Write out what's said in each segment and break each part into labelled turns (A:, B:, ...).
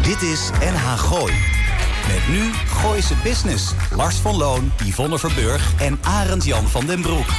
A: Dit is NH Gooi. Met nu Gooise Business. Lars van Loon, Yvonne Verburg en Arend Jan van den Broek.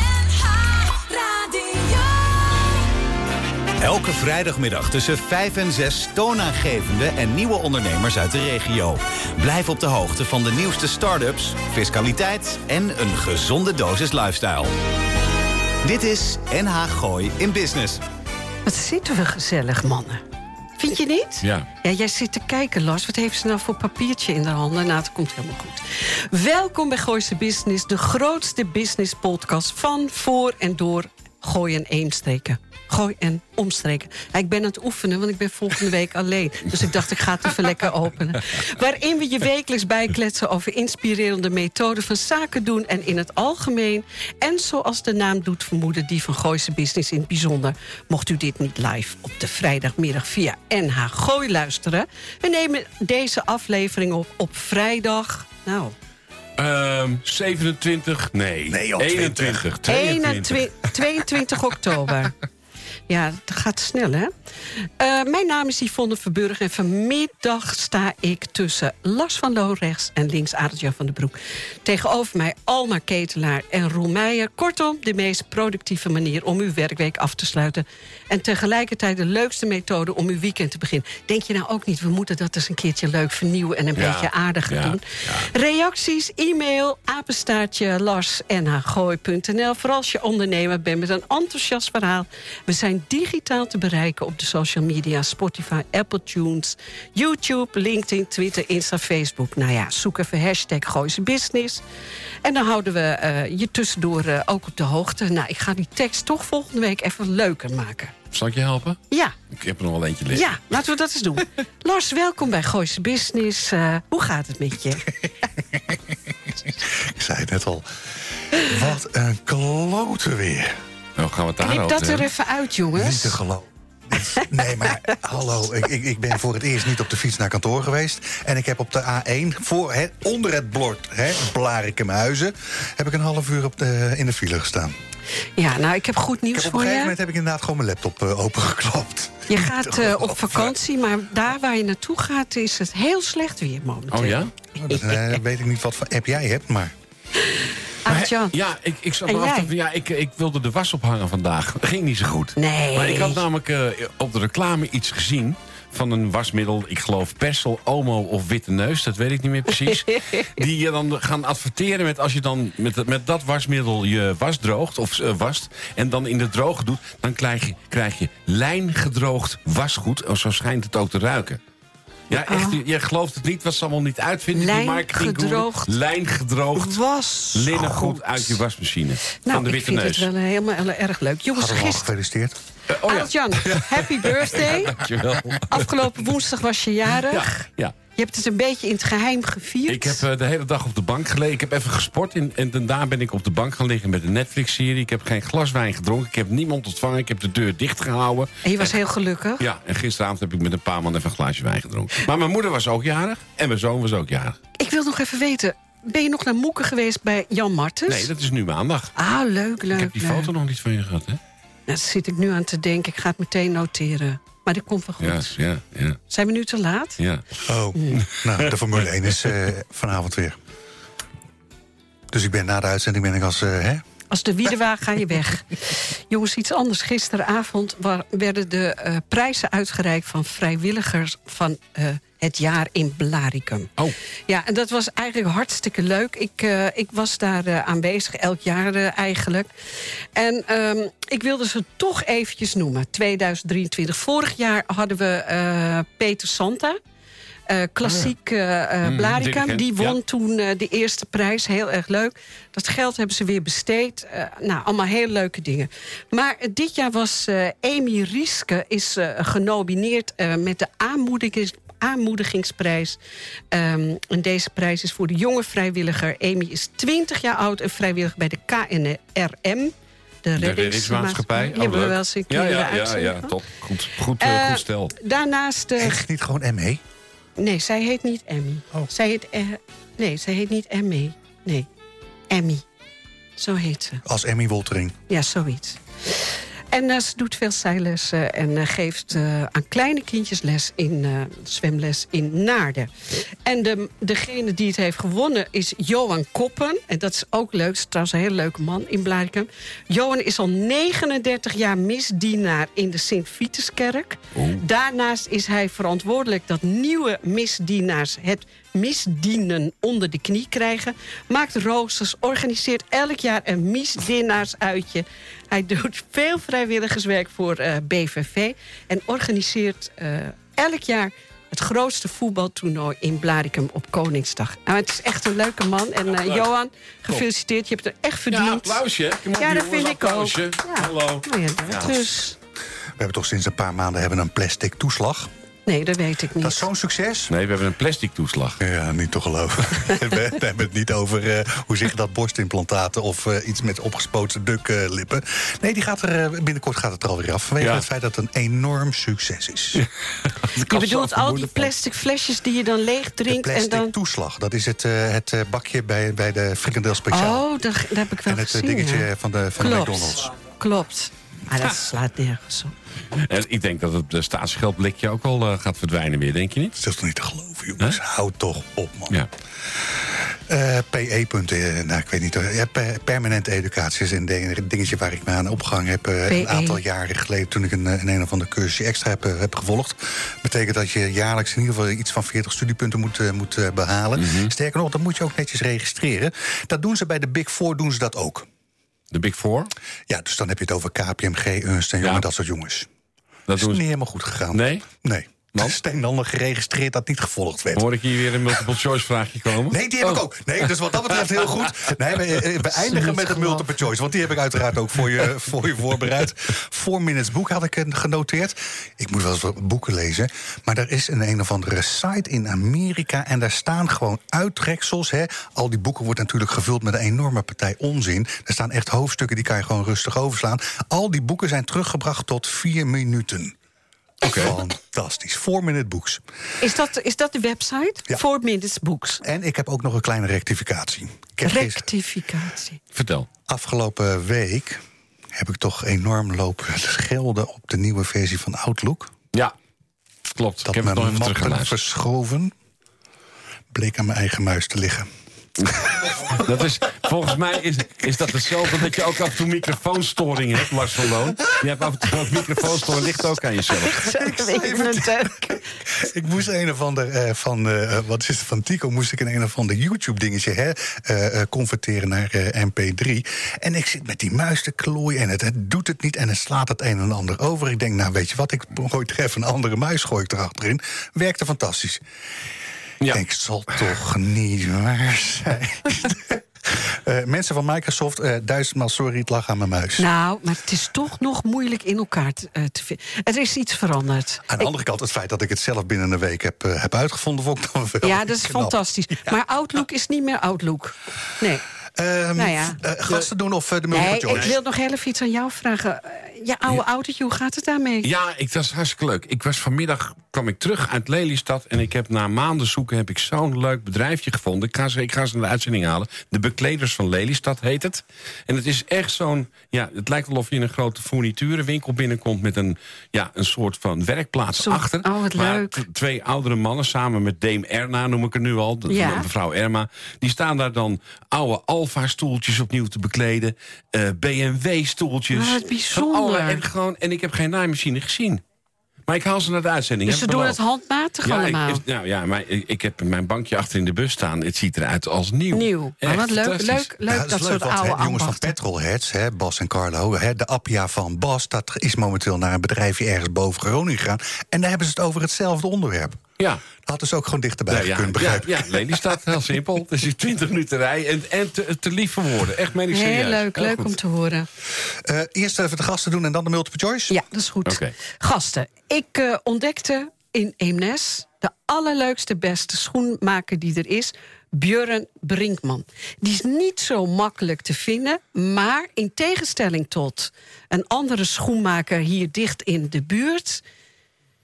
A: Elke vrijdagmiddag tussen 5 en 6 toonaangevende en nieuwe ondernemers uit de regio. Blijf op de hoogte van de nieuwste start-ups, fiscaliteit en een gezonde dosis lifestyle. Dit is NH Gooi in Business.
B: Wat zitten we gezellig, mannen. Vind je niet?
C: Ja.
B: Ja, jij zit te kijken, Lars. Wat heeft ze nou voor papiertje in de handen? Nou, het komt helemaal goed. Welkom bij Gooise Business, de grootste business podcast van, voor en door Gooi en Eemstreken. Gooi en omstreken. Ja, ik ben aan het oefenen, want ik ben volgende week alleen. Dus ik dacht, ik ga het even lekker openen. Waarin we je wekelijks bijkletsen over inspirerende methoden van zaken doen en in het algemeen. En zoals de naam doet vermoeden, die van Gooise Business in het bijzonder. Mocht u dit niet live op de vrijdagmiddag via NH Gooi luisteren. We nemen deze aflevering op vrijdag. Nou,
C: 27, nee 21,
B: 22 oktober. Ja, dat gaat snel, hè? Mijn naam is Yvonne Verburg en vanmiddag sta ik tussen Lars van Loon rechts en links Arend-Jan van den Broek. Tegenover mij Alma Ketelaar en Roel Meijer. Kortom, de meest productieve manier om uw werkweek af te sluiten. En tegelijkertijd de leukste methode om uw weekend te beginnen. Denk je nou ook niet, we moeten dat eens een keertje leuk vernieuwen en een beetje aardiger doen? Ja. Reacties, e-mail, apenstaartje, lars@nhgooi.nl. Voor als je ondernemer bent met een enthousiast verhaal. We zijn digitaal te bereiken op de social media, Spotify, Apple Tunes, YouTube, LinkedIn, Twitter, Insta, Facebook. Nou ja, zoek even hashtag Gooise Business. En dan houden we je tussendoor ook op de hoogte. Nou, ik ga die tekst toch volgende week even leuker maken.
C: Zal ik je helpen?
B: Ja.
C: Ik heb er nog wel eentje liggen.
B: Ja, laten we dat eens doen. Lars, welkom bij Gooise Business. Hoe gaat het met je?
D: Ik zei het net al. Wat een klote weer.
C: Nou, gaan we het daarover
B: Knip dat er
C: hebben.
B: even uit, jongens.
D: Niet te geloven. Nee, maar hallo, ik ben voor het eerst niet op de fiets naar kantoor geweest. En ik heb op de A1, onder het bord, Blarikumhuizen, heb ik een half uur in de file gestaan.
B: Ja, nou, ik heb goed nieuws
D: Op
B: voor
D: een gegeven
B: je.
D: moment heb ik inderdaad gewoon mijn laptop opengeklapt.
B: Je gaat op vakantie, maar daar waar je naartoe gaat is het heel slecht weer momenteel.
C: Oh ja?
D: Dan weet ik niet wat voor app jij hebt, maar...
B: Arend-Jan.
C: Ja, ik zat
B: En
C: me af
B: jij?
C: te... Ja, ik wilde de was ophangen vandaag. Dat ging niet zo goed.
B: Nee.
C: Maar ik had namelijk op de reclame iets gezien van een wasmiddel, ik geloof Persel, Omo of Witte Neus, dat weet ik niet meer precies. Die je dan gaan adverteren met als je dan met dat wasmiddel je was droogt of wast en dan in de droge doet, dan krijg je lijngedroogd wasgoed. Oh, zo schijnt het ook te ruiken. Ja, echt, je gelooft het niet, wat ze allemaal niet uitvinden. Lijngedroogd linnengoed uit je wasmachine.
B: Nou,
C: van de Witte Neus.
B: Ik vind het wel helemaal erg leuk. Jongens,
D: Hadden we al
B: gisteren...
D: gefeliciteerd.
B: Arend-Jan, happy birthday.
C: Dankjewel.
B: Afgelopen woensdag was je jarig.
C: Ja.
B: Je hebt het een beetje in het geheim gevierd.
C: Ik heb de hele dag op de bank gelegen. Ik heb even gesport en daarna ben ik op de bank gaan liggen met een Netflix-serie. Ik heb geen glas wijn gedronken. Ik heb niemand ontvangen. Ik heb de deur dicht gehouden.
B: En je was heel gelukkig.
C: Ja, en gisteravond heb ik met een paar man even een glaasje wijn gedronken. Maar mijn moeder was ook jarig en mijn zoon was ook jarig.
B: Ik wil nog even weten, ben je nog naar Moeken geweest bij Jan Martens?
C: Nee, dat is nu maandag.
B: Ah, leuk.
C: Ik heb die foto nog niet van je gehad, hè?
B: Nou, daar zit ik nu aan te denken. Ik ga het meteen noteren. Maar dit komt wel goed.
C: Ja.
B: Zijn we nu te laat?
C: Ja.
D: Oh, nou, de Formule 1 is vanavond weer. Dus ik ben na de uitzending als...
B: Als de wiedewaag ga je weg. Jongens, iets anders. Gisteravond werden de prijzen uitgereikt van vrijwilligers van het jaar in Blaricum.
C: Oh.
B: Ja, en dat was eigenlijk hartstikke leuk. Ik was daar aanwezig, elk jaar eigenlijk. En ik wilde ze toch eventjes noemen. 2023. Vorig jaar hadden we Peter Santa. Klassiek Blaricum. Die won toen de eerste prijs. Heel erg leuk. Dat geld hebben ze weer besteed. Nou, allemaal heel leuke dingen. Maar dit jaar was Amy Rieske is genomineerd met de aanmoedigingsprijs. En deze prijs is voor de jonge vrijwilliger. Amy is 20 jaar oud en vrijwillig bij de KNRM. De reddingsmaatschappij. Die hebben we wel eens een keer
C: ja, top. Goed stel.
B: Daarnaast...
D: Heet het niet gewoon ME?
B: Nee, zij heet niet Emmy.
D: Oh.
B: Zij heet niet Emmy. Nee, Emmy. Zo heet ze.
D: Als Emmy Woltering.
B: Ja, zoiets. En ze doet veel zeillessen en geeft aan kleine kindjes les zwemles in Naarden. En degene die het heeft gewonnen is Johan Koppen. En dat is ook leuk, is trouwens een hele leuke man in Blaricum. Johan is al 39 jaar misdienaar in de Sint-Vituskerk. Daarnaast is hij verantwoordelijk dat nieuwe misdienaars het misdienen onder de knie krijgen. Maakt roosters, organiseert elk jaar een misdienaarsuitje. Hij doet veel vrijwilligerswerk voor BVV en organiseert elk jaar het grootste voetbaltoernooi in Blaricum op Koningsdag. Nou, het is echt een leuke man. En Johan, gefeliciteerd. Je hebt het er echt verdiend.
C: Ja, applausje.
B: Ja, dat vind ik ook.
C: Ja. Hallo.
B: Nou ja, dus...
D: We hebben toch sinds een paar maanden een plastic toeslag.
B: Nee, dat weet ik niet.
D: Dat is zo'n succes.
C: Nee, we hebben een plastic toeslag.
D: Ja, niet te geloven. We hebben het niet over, hoe zeg je dat, borstimplantaten of iets met opgespoten duklippen. Nee, binnenkort gaat het er alweer af. Vanwege het feit dat het een enorm succes is.
B: Je bedoelt al die plastic flesjes die je dan leeg drinkt.
D: De plastic toeslag, dat is het bakje bij de frikandel speciaal.
B: Oh, dat heb ik wel gezien.
D: En het dingetje van de McDonald's.
B: Klopt. Maar dat slaat nergens op.
C: En ik denk dat het staatsgeldblikje ook al gaat verdwijnen weer, denk je niet?
D: Dat is toch niet te geloven, jongens? Houd toch op, man.
C: Ja.
D: PE-punten, nou, ik weet niet. Permanente educatie is een dingetje waar ik me aan opgehangen heb. Een aantal jaren geleden, toen ik een of andere cursusje extra heb gevolgd. Betekent dat je jaarlijks in ieder geval iets van 40 studiepunten moet behalen. Sterker nog, dat moet je ook netjes registreren. Dat doen ze bij de Big Four, doen ze dat ook.
C: De Big Four?
D: Ja, dus dan heb je het over KPMG, Ernst & Young, dat soort jongens. Dat is niet helemaal goed gegaan.
C: Nee?
D: Nee. Het is dan geregistreerd dat niet gevolgd werd.
C: Hoor ik hier weer een multiple choice vraagje komen?
D: Nee, die heb ik ook. Nee, dus wat dat betreft heel goed. Nee, we eindigen met het multiple choice. Want die heb ik uiteraard ook voor je voorbereid. 4 Minutes Book had ik genoteerd. Ik moet wel eens wat boeken lezen. Maar er is een of andere site in Amerika. En daar staan gewoon uittreksels. Al die boeken wordt natuurlijk gevuld met een enorme partij onzin. Er staan echt hoofdstukken, die kan je gewoon rustig overslaan. Al die boeken zijn teruggebracht tot 4 minuten. Fantastisch. 4 Minute Books.
B: Is dat de website?
D: Ja.
B: 4 Minutes Books.
D: En ik heb ook nog een kleine rectificatie.
B: Rectificatie.
C: Vertel.
D: Afgelopen week heb ik toch enorm lopen schelden op de nieuwe versie van Outlook.
C: Ja, klopt.
D: Dat
C: ik heb het nog
D: mijn
C: even
D: mappen
C: teruggeluisterd.
D: verschoven. Bleek aan mijn eigen muis te liggen.
C: Dat is, volgens mij is dat hetzelfde dat je ook af en toe microfoonstoring hebt, Lars van Loon. Je hebt af en toe ook microfoonstoring, ligt ook aan jezelf.
D: Ik moest een of ander van Tico moest ik een of ander YouTube dingetje converteren naar MP3. En ik zit met die muis te klooien en het doet het niet en het slaat het een en ander over. Ik denk, nou weet je wat, ik gooi er even een andere muis erachterin. Werkte fantastisch.
C: Ja.
D: Ik zal toch niet waar zijn. Mensen van Microsoft, 1000 maal sorry, het lag aan mijn muis.
B: Nou, maar het is toch nog moeilijk in elkaar te vinden. Er is iets veranderd.
D: Aan de andere kant, het feit dat ik het zelf binnen een week heb uitgevonden, vond ik dan wel.
B: Ja, dat is fantastisch. Ja. Maar Outlook is niet meer Outlook. Nee.
D: Gasten doen of de multiple choice?
B: Ik wil nog heel even iets aan jou vragen. Je oude autootje, hoe gaat het daarmee?
C: Ja, dat is hartstikke leuk. Kwam ik terug uit Lelystad en ik heb na maanden zoeken heb ik zo'n leuk bedrijfje gevonden. Ik ga ze naar de uitzending halen. De Bekleders van Lelystad heet het. En het is echt zo'n, het lijkt wel of je in een grote fourniturenwinkel binnenkomt met een soort van werkplaats achter.
B: Oh, wat leuk.
C: 2 oudere mannen samen met Dame Erna, noem ik er nu al. Mevrouw Erma. Die staan daar dan oude Alfa-stoeltjes opnieuw te bekleden. BMW-stoeltjes.
B: Wat bijzonder.
C: En ik heb geen naaimachine gezien. Maar ik haal ze naar de uitzending.
B: Dus ze doen het handmatig allemaal?
C: Maar ik heb mijn bankje achter in de bus staan. Het ziet eruit als nieuw.
B: Maar wat leuk dat soort oude ambachten.
D: Jongens van Petrolheads, Bas en Carlo, de Appia van Bas, dat is momenteel naar een bedrijfje ergens boven Groningen gegaan. En daar hebben ze het over hetzelfde onderwerp.
C: Ja.
D: Dat hadden ze ook gewoon dichterbij gekund, begrijp ik.
C: Ja, Lelystad, heel simpel. Het is 20 minuten rijden en te lief voor woorden. Echt, meen ik serieus.
B: Heel leuk om te horen.
D: Eerst even de gasten doen en dan de multiple choice?
B: Ja, dat is goed.
C: Okay.
B: Gasten, ik ontdekte in Eemnes de allerleukste, beste schoenmaker die er is, Björn Brinkman. Die is niet zo makkelijk te vinden, maar in tegenstelling tot een andere schoenmaker hier dicht in de buurt,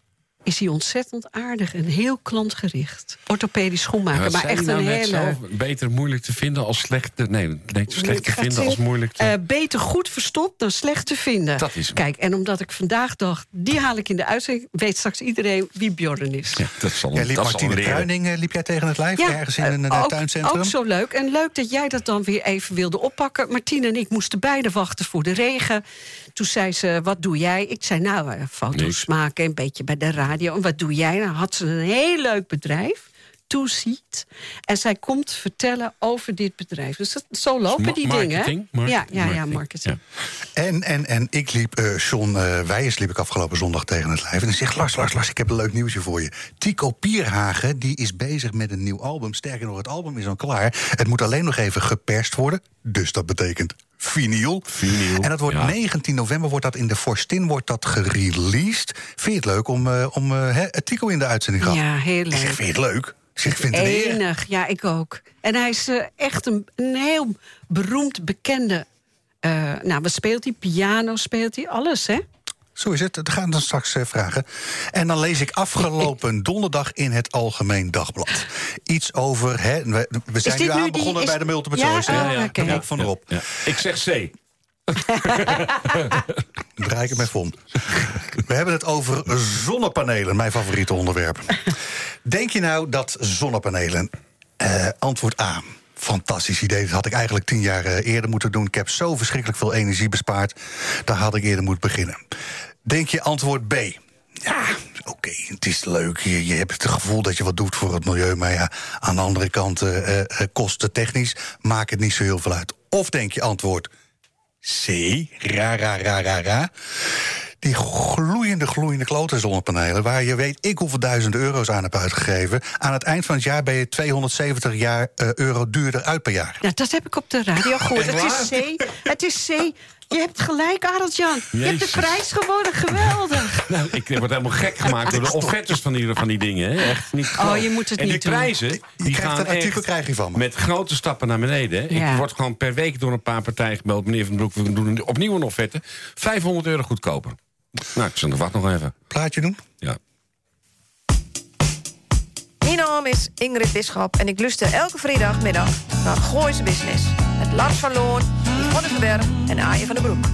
B: is hij ontzettend aardig en heel klantgericht. Orthopedisch schoenmaker, maar echt een hele...
C: Beter moeilijk te vinden als slecht... Nee, slecht te vinden als moeilijk te...
B: beter goed verstopt dan slecht te vinden.
C: Dat is hem.
B: Kijk, en omdat ik vandaag dacht, die haal ik in de uitzending... weet straks iedereen wie Bjorn is.
C: Ja, dat zal
D: liep Martine Kruining, liep jij tegen het lijf ergens in een tuincentrum?
B: Ook zo leuk. En leuk dat jij dat dan weer even wilde oppakken. Martine en ik moesten beide wachten voor de regen. Toen zei ze, wat doe jij? Ik zei, foto's maken, een beetje bij de radio. En wat doe jij? Dan had ze een heel leuk bedrijf, Toeziet. En zij komt vertellen over dit bedrijf. Dus zo lopen die dingen. Ja, marketing.
D: Ja. En ik liep, John Wijers liep ik afgelopen zondag tegen het lijf. En hij zegt, Lars, ik heb een leuk nieuwsje voor je. Tycho Pierhagen, die is bezig met een nieuw album. Sterker nog, het album is al klaar. Het moet alleen nog even geperst worden. Dus dat betekent vinyl. En dat wordt 19 november wordt dat in de Forstin wordt dat gereleased. Vind je het leuk om het Tycho in de uitzending te gaan?
B: Ja, heel leuk.
D: Ik zeg, vind je het leuk? Ik vind het
B: enig, ja, ik ook. En hij is echt een heel beroemd, bekende... wat speelt hij? Piano speelt hij, alles, hè?
D: Zo is het, dat gaan we dan straks vragen. En dan lees ik afgelopen donderdag in het Algemeen Dagblad. Iets over, we zijn nu aan begonnen bij de multiple choice.
B: Okay.
D: Van erop.
C: Ja. Ik zeg C.
D: Draai ik het met Von. We hebben het over zonnepanelen, mijn favoriete onderwerp. Denk je nou dat zonnepanelen... antwoord A. Fantastisch idee. Dat had ik eigenlijk 10 jaar eerder moeten doen. Ik heb zo verschrikkelijk veel energie bespaard. Daar had ik eerder moeten beginnen. Denk je antwoord B? Ja, oké, het is leuk. Je hebt het gevoel dat je wat doet voor het milieu. Maar ja, aan de andere kant, kostentechnisch maakt het niet zo heel veel uit. Of denk je antwoord C? Ra. Die gloeiende klote zonnepanelen... waar je weet ik hoeveel duizenden euro's aan heb uitgegeven... aan het eind van het jaar ben je 270 euro duurder uit per jaar.
B: Ja, dat heb ik op de radio gehoord. Het is C. Je hebt gelijk, Arendt-Jan. Je hebt de prijs gewonnen, geweldig.
C: Nou, ik word helemaal gek gemaakt door de offertes van die dingen. Hè. Echt niet
B: je moet het
C: en
B: niet
C: die prijzen, die gaan
D: een artikel krijg je van me.
C: Met grote stappen naar beneden. Hè.
B: Ja.
C: Ik word gewoon per week door een paar partijen gebeld. Meneer Van den Broek, we doen opnieuw een offerte. 500 euro goedkoper. Nou, ik wacht nog even.
D: Plaatje doen?
C: Ja.
E: Mijn naam is Ingrid Bisschop en ik luister elke vrijdagmiddag naar Gooise Business. Met Lars van Loon, Yvonne Verberg en Aje van den Broek.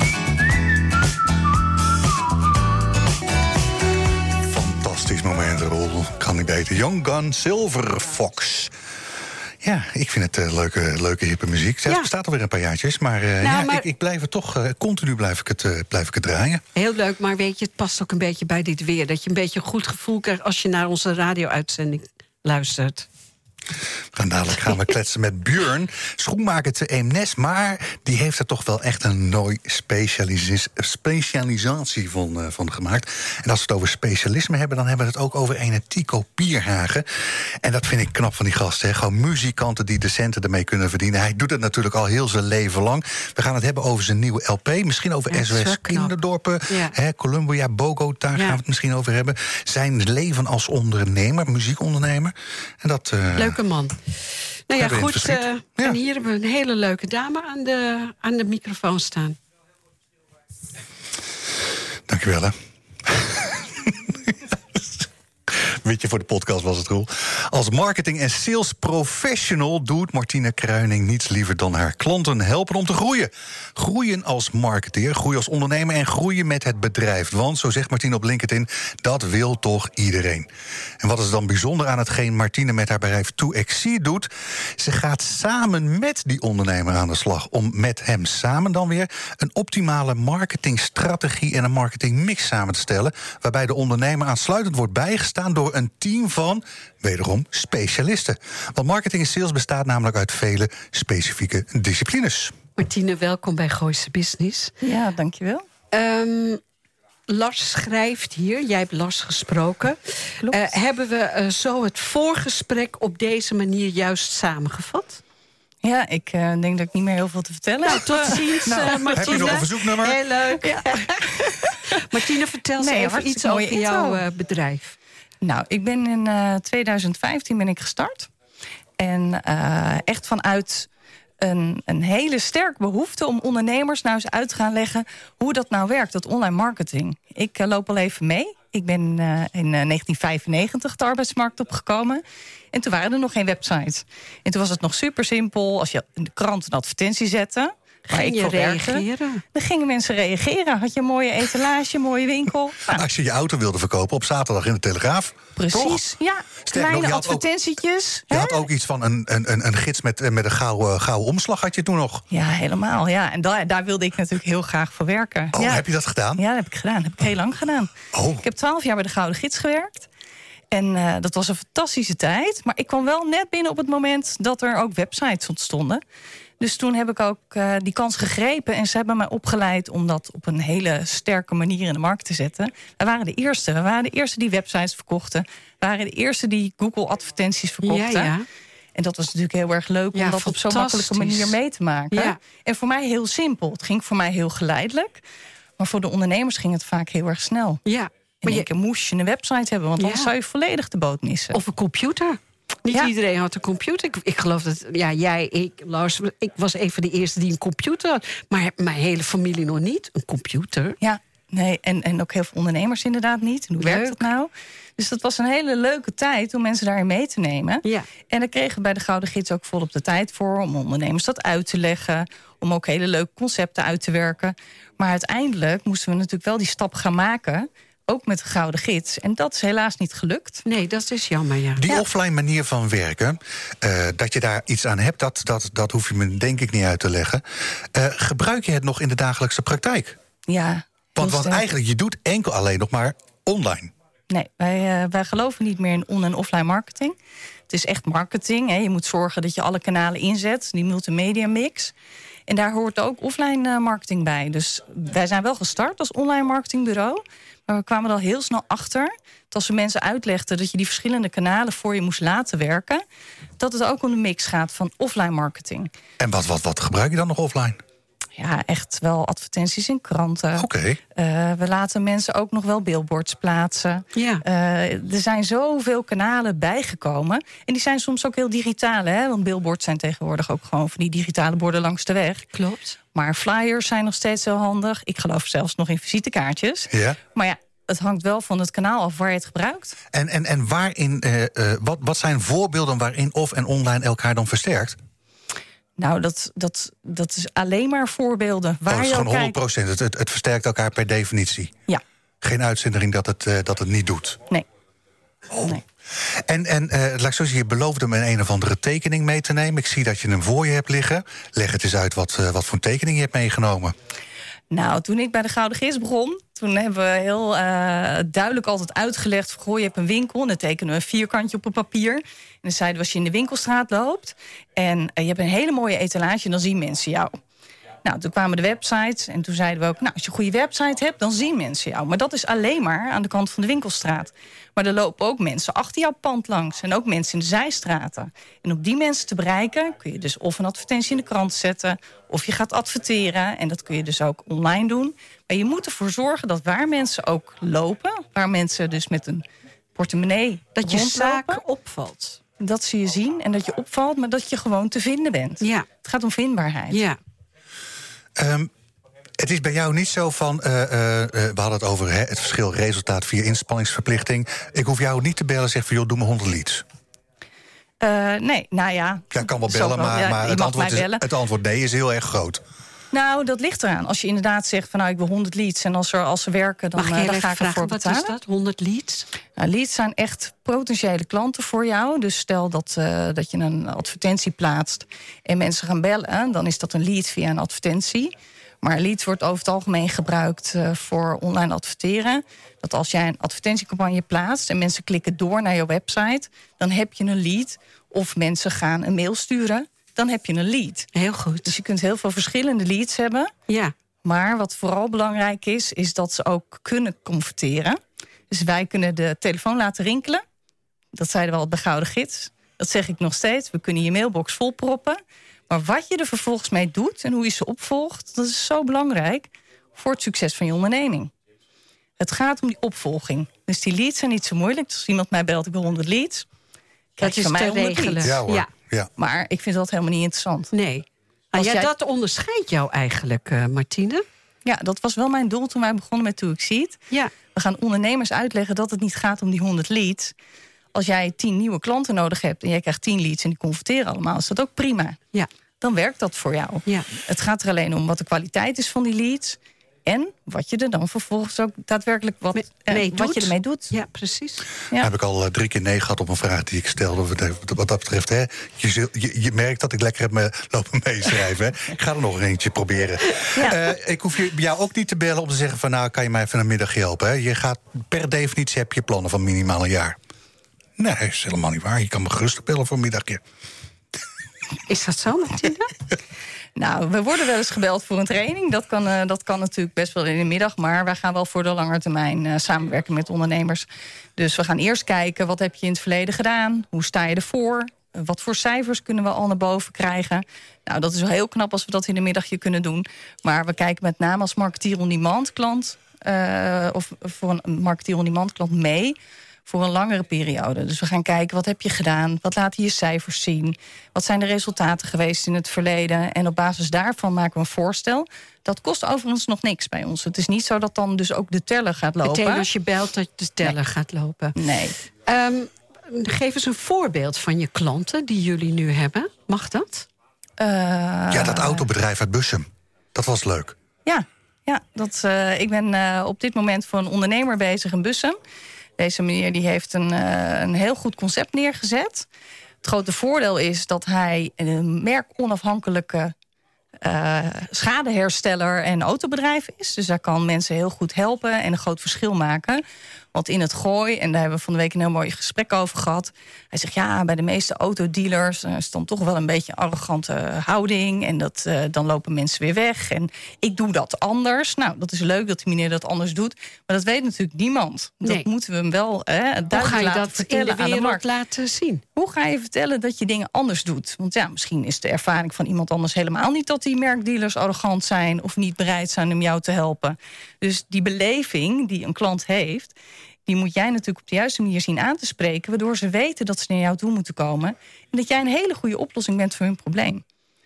D: Fantastisch moment, Roel. Kan niet beter. Young Gun Silver Fox. Ja, ik vind het leuke hippe muziek. Het bestaat alweer een paar jaartjes, maar, ik blijf het toch... continu blijf ik het draaien.
B: Heel leuk, maar weet je, het past ook een beetje bij dit weer. Dat je een beetje een goed gevoel krijgt als je naar onze radio-uitzending luistert.
D: Gaan we kletsen met Björn, schoenmaker te Eemnes... maar die heeft er toch wel echt een mooi specialisatie van gemaakt. En als we het over specialisme hebben... dan hebben we het ook over een Tycho Pierhagen. En dat vind ik knap van die gasten. Hè. Gewoon muzikanten die de centen ermee kunnen verdienen. Hij doet het natuurlijk al heel zijn leven lang. We gaan het hebben over zijn nieuwe LP. Misschien over SOS Kinderdorpen, Columbia, Bogota, gaan we het misschien over hebben. Zijn leven als ondernemer, muziekondernemer. En dat...
B: Leuke man. Nou ja, goed. En hier hebben we een hele leuke dame aan de microfoon staan.
D: Dankjewel, hè. Weet je, voor de podcast was het, Roel. Als marketing- en sales professional doet Martine Kruining niets liever dan haar klanten helpen om te groeien. Groeien als marketeer, groeien als ondernemer en groeien met het bedrijf. Want, zo zegt Martine op LinkedIn, dat wil toch iedereen. En wat is dan bijzonder aan hetgeen Martine met haar bedrijf To Exceed doet? Ze gaat samen met die ondernemer aan de slag om met hem samen dan weer een optimale marketingstrategie en een marketingmix samen te stellen, waarbij de ondernemer aansluitend wordt bijgestaan door een team van, wederom, specialisten. Want marketing en sales bestaat namelijk uit vele specifieke disciplines.
B: Martine, welkom bij Gooise Business.
E: Ja, dankjewel.
B: Lars schrijft hier, jij hebt Lars gesproken. Hebben we zo het voorgesprek op deze manier juist samengevat?
E: Ja, ik denk dat ik niet meer heel veel te vertellen heb.
B: Tot ziens, Martine.
D: Heb je nog een verzoeknummer?
B: Heel leuk. Ja. Martine, vertel eens even iets over jouw bedrijf.
E: Nou, ik ben in 2015 ben ik gestart. En echt vanuit een hele sterke behoefte om ondernemers nou eens uit te gaan leggen hoe dat nou werkt, dat online marketing. Ik loop al even mee. Ik ben in 1995 de arbeidsmarkt opgekomen. En toen waren er nog geen websites. En toen was het nog super simpel. Als je in de krant een advertentie zette...
B: Ging je reageren?
E: Dan gingen mensen reageren. Had je een mooie etalage, een mooie winkel. Nou,
D: Als je je auto wilde verkopen op zaterdag in de Telegraaf.
E: precies,
D: toch?
E: ja.
D: Sterker nog,
E: Kleine
D: je had ook-
E: advertentietjes.
D: Je
E: hè?
D: had ook iets van een gids met een gouden omslag had je toen nog.
E: Ja, helemaal. Ja. En daar wilde ik natuurlijk heel graag voor werken.
D: Oh,
E: ja.
D: heb je dat gedaan?
E: Ja, dat heb ik gedaan. Dat heb ik heel lang gedaan.
D: Oh.
E: Ik heb 12 jaar bij de Gouden Gids gewerkt. En dat was een fantastische tijd. Maar ik kwam wel net binnen op het moment dat er ook websites ontstonden. Dus toen heb ik ook die kans gegrepen. En ze hebben mij opgeleid om dat op een hele sterke manier in de markt te zetten. We waren de eerste. We waren de eerste die websites verkochten. We waren de eerste die Google-advertenties verkochten.
B: Ja, ja.
E: En dat was natuurlijk heel erg leuk om
B: Ja,
E: dat op zo'n
B: fantastisch.
E: makkelijke manier mee te maken.
B: Ja.
E: En voor mij heel simpel. Het ging voor mij heel geleidelijk. Maar voor de ondernemers ging het vaak heel erg snel.
B: Ja.
E: In één keer moest je een website hebben, want anders
B: Ja.
E: zou je volledig de boot missen.
B: Of een computer. Niet
E: Ja.
B: iedereen had een computer. Ik geloof dat, ja, jij, ik, Lars, ik was een van de eerste die een computer had. Maar mijn hele familie nog niet. Een computer.
E: Ja, nee, en ook heel veel ondernemers inderdaad niet. En hoe
B: Leuk.
E: werkt dat nou? Dus dat was een hele leuke tijd om mensen daarin mee te nemen.
B: Ja.
E: En daar kregen we bij de Gouden Gids ook volop de tijd voor... om ondernemers dat uit te leggen, om ook hele leuke concepten uit te werken. Maar uiteindelijk moesten we natuurlijk wel die stap gaan maken... ook met de Gouden Gids. En dat is helaas niet gelukt.
B: Nee, dat is jammer, ja.
D: Die
E: Ja.
D: offline manier van werken, dat je daar iets aan hebt... dat hoef je me denk ik niet uit te leggen. Gebruik je het nog in de dagelijkse praktijk?
E: Ja,
D: Want eigenlijk, je doet enkel alleen nog maar online.
E: Nee, wij geloven niet meer in on- en offline marketing. Het is echt marketing. Hè. Je moet zorgen dat je alle kanalen inzet, die multimedia mix. En daar hoort ook offline marketing bij. Dus wij zijn wel gestart als online marketingbureau. Maar we kwamen er al heel snel achter... dat als we mensen uitlegden dat je die verschillende kanalen voor je moest laten werken... dat het ook om de mix gaat van offline marketing.
D: En wat gebruik je dan nog offline?
E: Ja, echt wel advertenties in kranten.
D: Oké.
E: We laten mensen ook nog wel billboards plaatsen.
B: Ja.
E: Er zijn zoveel kanalen bijgekomen. En die zijn soms ook heel digitaal. Hè? Want billboards zijn tegenwoordig ook gewoon van die digitale borden langs de weg.
B: Klopt.
E: Maar flyers zijn nog steeds heel handig. Ik geloof zelfs nog in visitekaartjes.
D: Ja.
E: Maar ja, het hangt wel van het kanaal af waar je het gebruikt.
D: En waarin, wat zijn voorbeelden waarin off en online elkaar dan versterkt?
E: Nou, dat is alleen maar voorbeelden. Waar
D: Het is
E: je ook
D: gewoon
E: kijkt.
D: 100%. Het versterkt elkaar per definitie.
E: Ja,
D: Geen uitzondering dat het niet doet.
E: nee.
D: Oh.
E: Nee.
D: En laat ik zo zeggen, je beloofde me een of andere tekening mee te nemen. Ik zie dat je hem voor je hebt liggen. Leg het eens uit wat voor tekening je hebt meegenomen.
E: Nou, toen ik bij de Gouden Gids begon... toen hebben we heel duidelijk altijd uitgelegd... Van, goh, je hebt een winkel en dan tekenen we een vierkantje op een papier. En dan zeiden we, als je in de winkelstraat loopt... en je hebt een hele mooie etalage, dan zien mensen jou. Nou, toen kwamen de websites en toen zeiden we ook... nou, als je een goede website hebt, dan zien mensen jou. Maar dat is alleen maar aan de kant van de winkelstraat. Maar er lopen ook mensen achter jouw pand langs... en ook mensen in de zijstraten. En om die mensen te bereiken kun je dus of een advertentie in de krant zetten... of je gaat adverteren en dat kun je dus ook online doen. Maar je moet ervoor zorgen dat waar mensen ook lopen... waar mensen dus met een portemonnee
B: Dat je
E: rondlopen,
B: zaak opvalt.
E: dat ze je zien en dat je opvalt... maar dat je gewoon te vinden bent.
B: Ja.
E: Het gaat om vindbaarheid.
B: Ja.
D: Het is bij jou niet zo van... we hadden het over het verschil resultaat via inspanningsverplichting. Ik hoef jou niet te bellen en zeggen van... joh, doe me 100 leads.
E: Nee, nou ja...
D: Ja, ik kan wel
E: zo
D: bellen,
E: wel. Ja,
D: maar
E: je mag mij bellen.
D: het antwoord nee is heel erg groot.
E: Nou, dat ligt eraan. Als je inderdaad zegt van nou, ik wil 100 leads... en als ze werken, dan,
B: Mag ik heel
E: dan
B: even
E: ga ik ervoor
B: vragen, wat
E: betalen.
B: is dat? 100 leads?
E: Nou, leads zijn echt potentiële klanten voor jou. Dus stel dat je een advertentie plaatst en mensen gaan bellen... dan is dat een lead via een advertentie. Maar leads wordt over het algemeen gebruikt voor online adverteren. Dat als jij een advertentiecampagne plaatst... en mensen klikken door naar je website, dan heb je een lead. Of mensen gaan een mail sturen, dan heb je een lead.
B: Heel goed.
E: Dus je kunt heel veel verschillende leads hebben...
B: Ja.
E: Maar wat vooral belangrijk is dat ze ook kunnen converteren. Dus wij kunnen de telefoon laten rinkelen. Dat zeiden we al bij Gouden Gids. Dat zeg ik nog steeds. We kunnen je mailbox volproppen. Maar wat je er vervolgens mee doet en hoe je ze opvolgt... dat is zo belangrijk voor het succes van je onderneming. Het gaat om die opvolging. Dus die leads zijn niet zo moeilijk. Dus als iemand mij belt, ik wil 100 leads... krijg je
B: is
E: van mij
B: te
E: 100
B: regelen.
E: leads.
D: Ja hoor.
B: Ja.
D: Ja.
E: Maar ik vind dat helemaal niet interessant.
B: Nee.
E: Als
B: Ja,
E: jij-
B: dat onderscheidt jou eigenlijk, Martine.
E: Ja, dat was wel mijn doel toen wij begonnen met To Exceed.
B: Ja.
E: We gaan ondernemers uitleggen dat het niet gaat om die 100 leads. Als jij 10 nieuwe klanten nodig hebt en jij krijgt 10 leads en die converteren allemaal, is dat ook prima.
B: Ja.
E: Dan werkt dat voor jou.
B: Ja.
E: Het gaat er alleen om wat de kwaliteit is van die leads en wat je er dan vervolgens ook daadwerkelijk wat je ermee doet.
B: Ja, precies.
E: Ja.
D: Heb ik al 3 keer nee gehad op een vraag die ik stelde. Wat dat betreft, hè. Je merkt dat ik lekker heb me lopen meeschrijven. Hè. Ik ga er nog eentje proberen.
E: Ja.
D: Ik hoef jou ook niet te bellen om te zeggen van, nou, kan je mij even een middagje helpen? Hè? Je gaat per definitie heb je plannen van minimaal een jaar. Nee, dat is helemaal niet waar. Je kan me gerust bellen voor een middagje.
B: Is dat zo, Martina?
E: Nou, we worden wel eens gebeld voor een training. Dat kan natuurlijk best wel in de middag. Maar wij gaan wel voor de lange termijn samenwerken met ondernemers. Dus we gaan eerst kijken, wat heb je in het verleden gedaan? Hoe sta je ervoor? Wat voor cijfers kunnen we al naar boven krijgen? Nou, dat is wel heel knap als we dat in de middagje kunnen doen. Maar we kijken met name als marketeer-on-demand klant... of voor een marketeer-on-demand klant mee... voor een langere periode. Dus we gaan kijken, wat heb je gedaan? Wat laten je cijfers zien? Wat zijn de resultaten geweest in het verleden? En op basis daarvan maken we een voorstel. Dat kost overigens nog niks bij ons. Het is niet zo dat dan dus ook de teller gaat lopen.
B: Meteen als je belt dat de teller gaat lopen.
E: Nee.
B: Geef eens een voorbeeld van je klanten die jullie nu hebben. Mag dat?
D: Ja, dat autobedrijf uit Bussum. Dat was leuk.
E: Ja, ik ben op dit moment voor een ondernemer bezig in Bussum. Deze meneer die heeft een heel goed concept neergezet. Het grote voordeel is dat hij een merkonafhankelijke schadehersteller en autobedrijf is. Dus daar kan mensen heel goed helpen en een groot verschil maken. Want in het Gooi, en daar hebben we van de week een heel mooi gesprek over gehad. Hij zegt, ja, bij de meeste autodealers is dan toch wel een beetje een arrogante houding. En dan lopen mensen weer weg. En ik doe dat anders. Nou, dat is leuk dat die meneer dat anders doet. Maar dat weet natuurlijk niemand.
B: Nee.
E: Dat moeten we hem wel duidelijk
B: Hoe ga je
E: laten
B: dat
E: vertellen
B: in de
E: aan de
B: wereld
E: markt.
B: laten zien?
E: Hoe ga je vertellen dat je dingen anders doet? Want ja, misschien is de ervaring van iemand anders helemaal niet... dat die merkdealers arrogant zijn of niet bereid zijn om jou te helpen. Dus die beleving die een klant heeft... die moet jij natuurlijk op de juiste manier zien aan te spreken... waardoor ze weten dat ze naar jou toe moeten komen... en dat jij een hele goede oplossing bent voor hun probleem.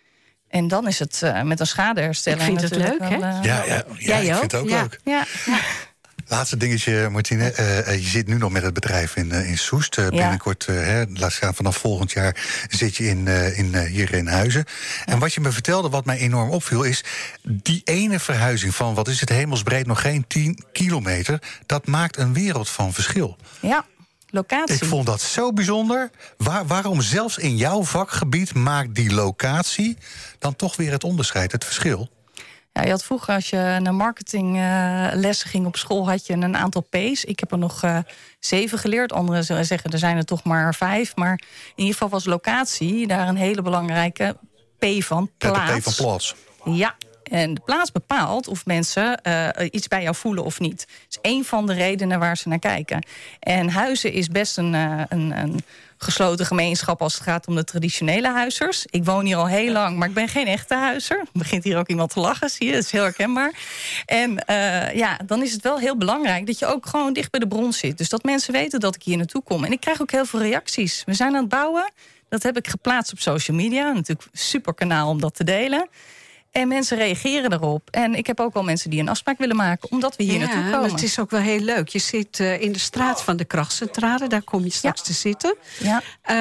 E: En dan is het met een schadehersteller...
B: Ik vind het leuk, hè?
D: Ja, ik vind het ook leuk.
E: Ja.
D: Laatste dingetje, Martine. Je zit nu nog met het bedrijf in Soest. Binnenkort, laat staan, vanaf volgend jaar zit je hier in Huizen. En wat je me vertelde, wat mij enorm opviel, is die ene verhuizing van, wat is het, hemelsbreed nog geen 10 kilometer. Dat maakt een wereld van verschil.
E: Ja, locatie.
D: Ik vond dat zo bijzonder. Waarom zelfs in jouw vakgebied maakt die locatie dan toch weer het onderscheid, het verschil?
E: Ja, je had vroeger, als je naar marketinglessen ging op school... had je een aantal P's. Ik heb er nog 7 geleerd. Anderen zullen zeggen, er zijn er toch maar 5. Maar in ieder geval was locatie daar een hele belangrijke P van. Plaats.
D: De P van plaats.
E: Ja, en de plaats bepaalt of mensen iets bij jou voelen of niet. Dat is één van de redenen waar ze naar kijken. En Huizen is best een gesloten gemeenschap als het gaat om de traditionele huizers. Ik woon hier al heel lang, maar ik ben geen echte huizer. Er begint hier ook iemand te lachen, zie je. Dat is heel herkenbaar. En dan is het wel heel belangrijk dat je ook gewoon dicht bij de bron zit. Dus dat mensen weten dat ik hier naartoe kom. En ik krijg ook heel veel reacties. We zijn aan het bouwen. Dat heb ik geplaatst op social media. Natuurlijk een super kanaal om dat te delen. En mensen reageren erop. En ik heb ook wel mensen die een afspraak willen maken... omdat we hier naartoe komen.
B: Maar het is ook wel heel leuk. Je zit in de straat van de krachtcentrale. Daar kom je straks te zitten.
E: Ja.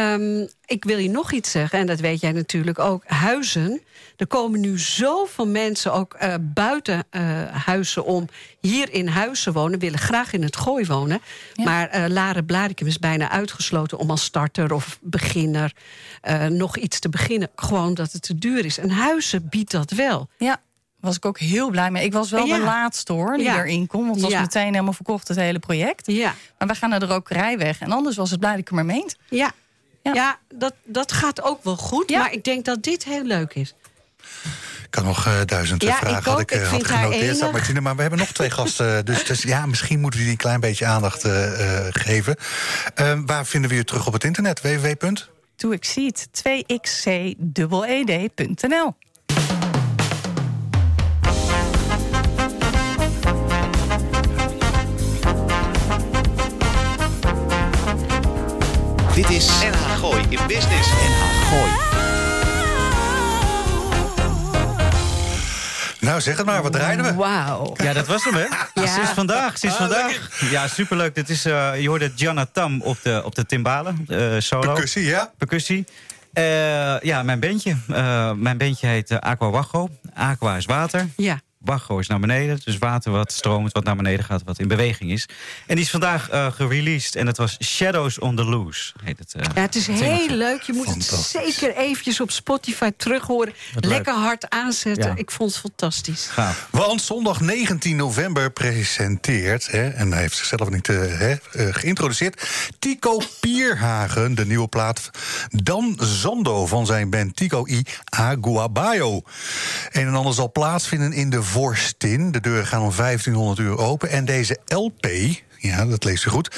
B: Ik wil je nog iets zeggen, en dat weet jij natuurlijk ook. Huizen. Er komen nu zoveel mensen ook buiten Huizen om hier in Huizen wonen. Willen graag in het Gooi wonen. Ja. Maar Laren Blaricum is bijna uitgesloten om als starter of beginner nog iets te beginnen. Gewoon dat het te duur is. En Huizen biedt dat wel.
E: Ja. Was ik ook heel blij mee. Ik was wel de laatste hoor, die erin kon. Want het was meteen helemaal verkocht, het hele project. Ja. Maar we gaan naar de rokerij weg. En anders was het Blaricum maar meent.
B: Ja, dat gaat ook wel goed. Ja. Maar ik denk dat dit heel leuk is.
D: Ik had nog 1000 vragen had genoteerd, Martine. Maar we hebben nog 2 gasten. Dus ja, misschien moeten we die een klein beetje aandacht geven. Waar vinden we je terug op het internet?
E: www.2xced.nl.
A: Dit is NH Gooi in Business. NH Gooi.
D: Nou, zeg het maar, wat draaien we?
B: Wauw.
F: Ja, dat was hem, hè?
B: Ja.
F: Sinds vandaag. Ja, superleuk. Dit is, je hoorde Gianna Tam op de timbalen, solo.
D: Percussie, ja?
F: Percussie. Ja, mijn bandje. Mijn bandje heet Aqua Wacho. Aqua is water.
B: Ja.
F: Wacho is naar beneden. Dus water wat stroomt, wat naar beneden gaat, wat in beweging is. En die is vandaag gereleased. En het was Shadows on the Loose, heet het.
B: Ja, het is heel leuk. Je moet het zeker eventjes op Spotify terug horen. Lekker hard aanzetten.
F: Ja.
B: Ik vond het fantastisch.
F: Gaaf.
D: Want zondag 19 november presenteert, en hij heeft zichzelf niet geïntroduceerd, Tico Pierhagen, de nieuwe plaat Dan Zando van zijn band Tico y Aguabayo. Een en ander zal plaatsvinden in de Vorstin. De deuren gaan om 1500 uur open. En deze LP, ja, dat leest u goed,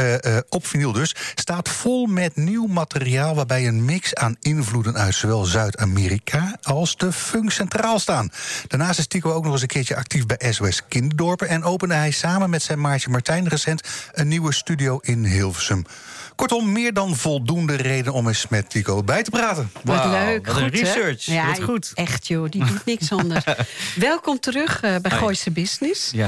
D: op vinyl dus, staat vol met nieuw materiaal waarbij een mix aan invloeden uit zowel Zuid-Amerika als de funk centraal staan. Daarnaast is Tico ook nog eens een keertje actief bij SOS Kinderdorpen en opende hij samen met zijn maatje Martijn recent een nieuwe studio in Hilversum. Kortom, meer dan voldoende reden om eens met Tico bij te praten.
B: Wat
F: Wauw,
B: leuk.
F: wat een
B: goed, hè?
F: research.
B: Ja,
F: Wat goed.
B: Echt, joh. Die doet niks anders. Welkom terug bij Gooise Business.
F: Ja.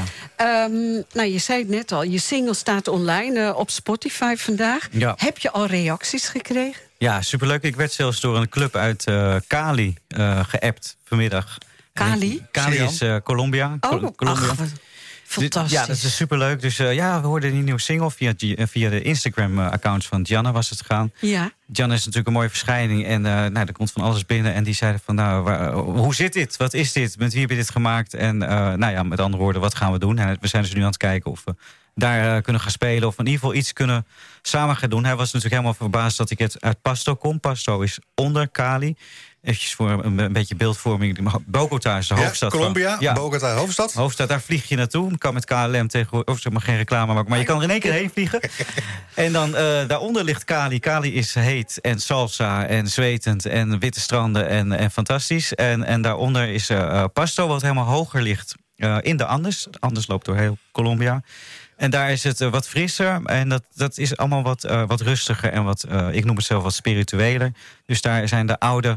B: Nou, je zei het net al. Je single staat online op Spotify vandaag.
F: Ja.
B: Heb je al reacties gekregen?
F: Ja, superleuk. Ik werd zelfs door een club uit Cali geappt vanmiddag.
B: Cali?
F: Cali is Colombia.
B: Oh,
F: Colombia.
B: ach, wat fantastisch.
F: Ja, dat is superleuk. Dus ja, we hoorden die nieuwe single via de Instagram-accounts van Gianna was het gegaan.
B: Ja.
F: Gianna is natuurlijk een mooie verschijning. En nou, er komt van alles binnen. En die zeiden van, nou, hoe zit dit? Wat is dit? Met wie heb je dit gemaakt? En nou ja, met andere woorden, wat gaan we doen? En we zijn dus nu aan het kijken of we daar kunnen gaan spelen. Of in ieder geval iets kunnen samen gaan doen. Hij was natuurlijk helemaal verbaasd dat ik uit Pasto kom. Pasto is onder Cali. Eventjes voor een beetje beeldvorming. Bogota is de hoofdstad.
D: Colombia,
F: van,
D: Bogota, hoofdstad.
F: Hoofdstad, daar vlieg je naartoe. Je kan met KLM tegenwoordig, of zeg maar geen reclame maken, maar je kan er in één keer heen vliegen. En dan daaronder ligt Cali. Cali is heet en salsa en zwetend en witte stranden en fantastisch. En daaronder is Pasto, wat helemaal hoger ligt in de Andes. De Andes loopt door heel Colombia. En daar is het wat frisser. En dat is allemaal wat rustiger en wat, ik noem het zelf wat spiritueler. Dus daar zijn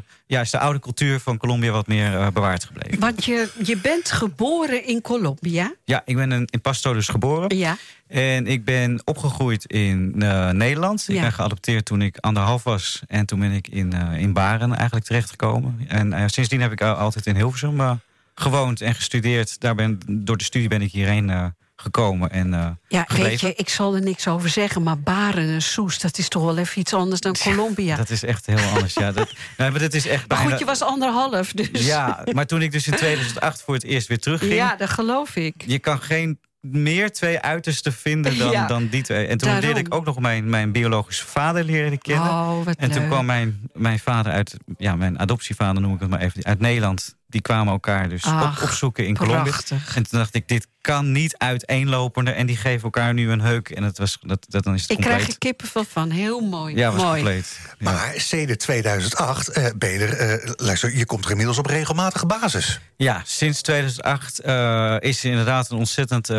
F: is de oude cultuur van Colombia wat meer bewaard gebleven.
B: Want je bent geboren in Colombia.
F: Ja, ik ben in Pasto dus geboren.
B: Ja.
F: En ik ben opgegroeid in Nederland. Ik ben geadopteerd toen ik 1,5 was. En toen ben ik in Baren eigenlijk terechtgekomen. En sindsdien heb ik altijd in Hilversum gewoond en gestudeerd. Door de studie ben ik hierheen gekomen en gebleven.
B: Weet je, ik zal er niks over zeggen, maar Baren en Soes, dat is toch wel even iets anders dan Colombia.
F: Dat is echt heel anders, ja. Maar dat is echt
B: maar goed, je was 1,5, dus.
F: Ja, maar toen ik dus in 2008 voor het eerst weer terugging.
B: Ja, dat geloof ik.
F: Je kan geen meer twee uitersten vinden dan die twee. En toen leerde ik ook nog mijn biologische vader leren kennen.
B: Oh, wat
F: en toen kwam mijn vader uit, mijn adoptievader noem ik het maar even, uit Nederland. Die kwamen elkaar dus opzoeken in Colombia. En toen dacht ik, dit kan niet uiteenlopender. En die geven elkaar nu een heuk. En dan is het compleet.
B: Ik krijg er kippenvel van. Heel mooi.
F: Ja, was
B: mooi.
F: compleet. Ja.
D: Maar sedert 2008 ben je er, je komt er inmiddels op regelmatige basis.
F: Ja, sinds 2008 is er inderdaad een ontzettend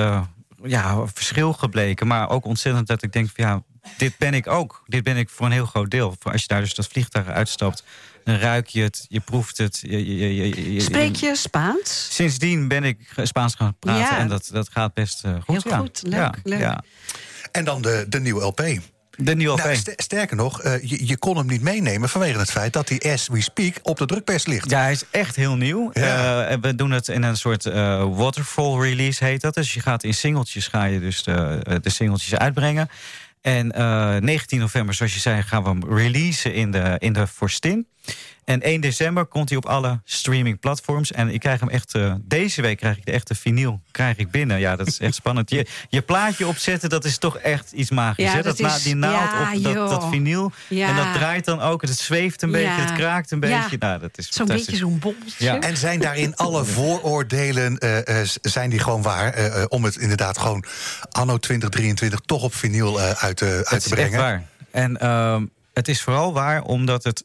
F: verschil gebleken. Maar ook ontzettend dat ik denk van dit ben ik ook. Dit ben ik voor een heel groot deel. Als je daar dus dat vliegtuig uitstapt, dan ruik je het, je proeft het.
B: Spreek je Spaans?
F: Sindsdien ben ik Spaans gaan praten en dat gaat best goed.
B: Heel goed, leuk.
D: Ja. En dan de nieuwe LP.
F: De nieuwe LP.
D: Nou, sterker nog, je kon hem niet meenemen vanwege het feit dat hij as we speak op de drukpers ligt.
F: Ja, hij is echt heel nieuw. Ja. We doen het in een soort waterfall release heet dat. Dus je gaat in singeltjes de singeltjes uitbrengen. En 19 november, zoals je zei, gaan we hem releasen in de Vorstin. En 1 december komt hij op alle streamingplatforms. En ik krijg hem echt, deze week krijg ik de echte vinyl binnen. Ja, dat is echt spannend. Je plaatje opzetten, dat is toch echt iets magisch.
B: Ja,
F: hè? Die naald op dat vinyl. Ja. En dat draait dan ook. Het zweeft een beetje, het kraakt een beetje. Nou, dat is
B: zo'n beetje zo'n bolletje. Ja.
D: En zijn daarin alle vooroordelen, zijn die gewoon waar? Om het inderdaad gewoon anno 2023 toch op vinyl uit te brengen?
F: Het is echt waar. En het is vooral waar omdat het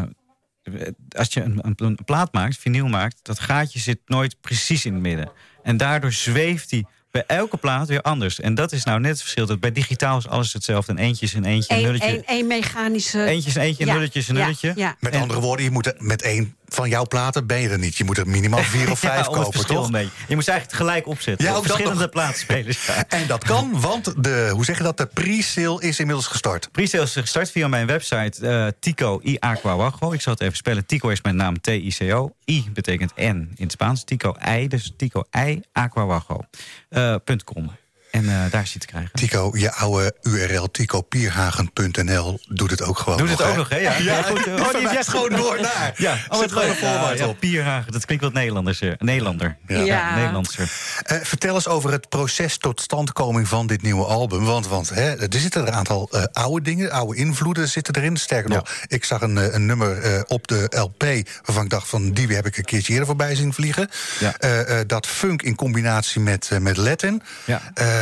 F: als je een plaat maakt, vinyl maakt, dat gaatje zit nooit precies in het midden. En daardoor zweeft hij bij elke plaat weer anders. En dat is nou net het verschil. Dat bij digitaal is alles hetzelfde. En eentje is een eentje, een nulletje.
B: Eén mechanische.
F: Eentje is een eentje, een nulletje is een nulletje.
D: Ja. Met andere woorden, je moet met één van jouw platen ben je er niet. Je moet er minimaal 4 of 5 kopen, toch?
F: Nee. Je moet ze eigenlijk tegelijk opzetten.
D: Ja,
F: op
D: ook dat
F: verschillende plaatspelers. Ja.
D: En dat kan, want de pre-sale is inmiddels gestart.
F: Pre-sale is gestart via mijn website Tico I Aquawago. Ik zal het even spellen. Tico is mijn naam, T-I-C-O. I betekent N in het Spaans. Tico I, dus Tico I Aquawago.com. En daar is hij te krijgen.
D: Tico, je oude URL, ticopierhagen.nl, doet het ook gewoon.
F: Doet het ook nog, hè? Ja, goed.
D: Die verwijst gewoon door naar.
F: Ja,
D: Zet gewoon een voorwaarts op.
F: Pierhagen, dat klinkt wat Nederlander.
B: Ja.
F: Nederlandser.
D: Vertel eens over het proces tot standkoming van dit nieuwe album. Want er zitten een aantal oude dingen, oude invloeden zitten erin. Sterker nog, ik zag een nummer op de LP waarvan ik dacht van die heb ik een keertje eerder voorbij zien vliegen. Ja. Dat funk in combinatie met Latin.
F: Ja.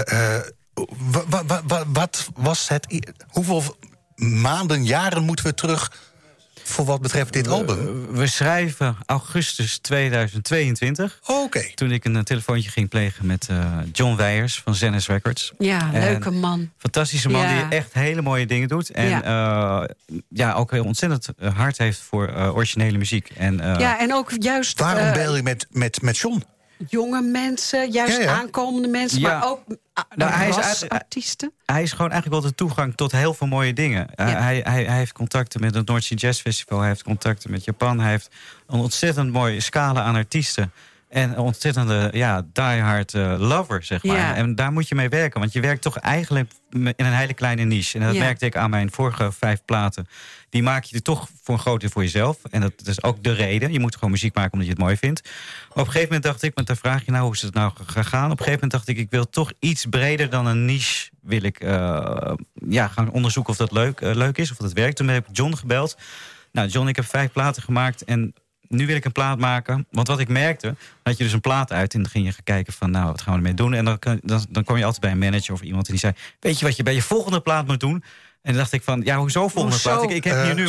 D: Wat was het? Hoeveel maanden, jaren moeten we terug voor wat betreft dit album?
F: We schrijven augustus 2022.
D: Oké.
F: Toen ik een telefoontje ging plegen met John Weijers van Zennis Records.
B: Ja, leuke man.
F: Fantastische man die echt hele mooie dingen doet. En ook heel ontzettend hard heeft voor originele muziek.
B: En ook juist...
D: Waarom bel je met John?
B: Jonge mensen, juist aankomende mensen, maar ook artiesten.
F: Hij is gewoon eigenlijk wel de toegang tot heel veel mooie dingen. Hij heeft contacten met het North Sea Jazz Festival. Hij heeft contacten met Japan. Hij heeft een ontzettend mooie scala aan artiesten. En een ontzettende diehard lover, zeg maar. Ja. En daar moet je mee werken. Want je werkt toch eigenlijk in een hele kleine niche. En dat merkte ik aan mijn vorige 5 platen. Die maak je er toch voor een groot deel voor jezelf. En dat is ook de reden. Je moet gewoon muziek maken omdat je het mooi vindt. Op een gegeven moment dacht ik, want daar vraag je nou hoe is het nou gegaan. Op een gegeven moment dacht ik wil toch iets breder dan een niche. Wil ik gaan onderzoeken of dat leuk is, of dat werkt. Toen heb ik John gebeld. Nou, John, ik heb 5 platen gemaakt en nu wil ik een plaat maken. Want wat ik merkte, dat je dus een plaat uit en dan ging je gaan kijken van, nou, wat gaan we ermee doen? En dan kwam je altijd bij een manager of iemand en die zei, weet je wat je bij je volgende plaat moet doen? En dan dacht ik van, hoezo volgende plaat? Ik heb hier nu een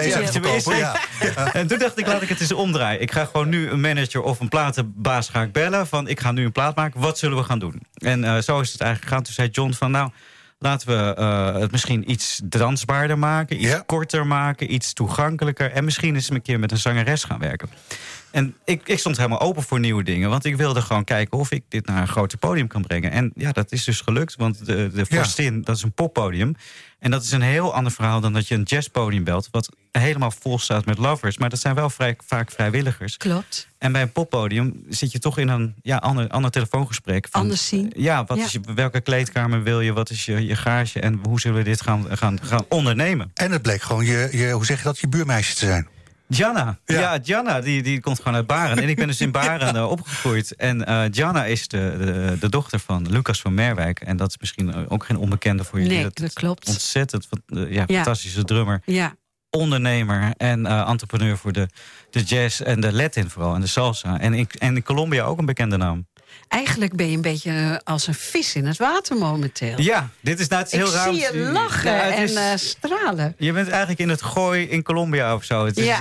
F: plaat. En toen dacht ik, laat ik het eens omdraaien. Ik ga gewoon nu een manager of een platenbaas ga ik bellen van, ik ga nu een plaat maken, wat zullen we gaan doen? En zo is het eigenlijk gegaan. Toen zei John van, nou, laten we het misschien iets dansbaarder maken, iets korter maken, iets toegankelijker. En misschien eens een keer met een zangeres gaan werken. En ik stond helemaal open voor nieuwe dingen. Want ik wilde gewoon kijken of ik dit naar een groter podium kan brengen. En ja, dat is dus gelukt. Want de Vorstin, dat is een poppodium. En dat is een heel ander verhaal dan dat je een jazzpodium belt. Wat helemaal vol staat met lovers. Maar dat zijn wel vaak vrijwilligers.
B: Klopt.
F: En bij een poppodium zit je toch in een ander telefoongesprek. Van,
B: anders zien.
F: Ja, welke kleedkamer wil je? Wat is je gage? En hoe zullen we dit gaan ondernemen?
D: En het bleek gewoon hoe zeg je dat, je buurmeisje te zijn.
F: Gianna. Ja, Gianna, die komt gewoon uit Baren. En ik ben dus in Baren opgegroeid. En Gianna is de dochter van Lucas van Merwijk. En dat is misschien ook geen onbekende voor jullie.
B: Nee, dat klopt.
F: Ontzettend fantastische drummer.
B: Ja.
F: Ondernemer en entrepreneur voor de jazz en de Latin vooral. En de salsa. En in Colombia ook een bekende naam.
B: Eigenlijk ben je een beetje als een vis in het water momenteel.
F: Ja, dit is nou het heel raar.
B: Ik zie je lachen en stralen.
F: Je bent eigenlijk in het gooi in Colombia of zo. Het is,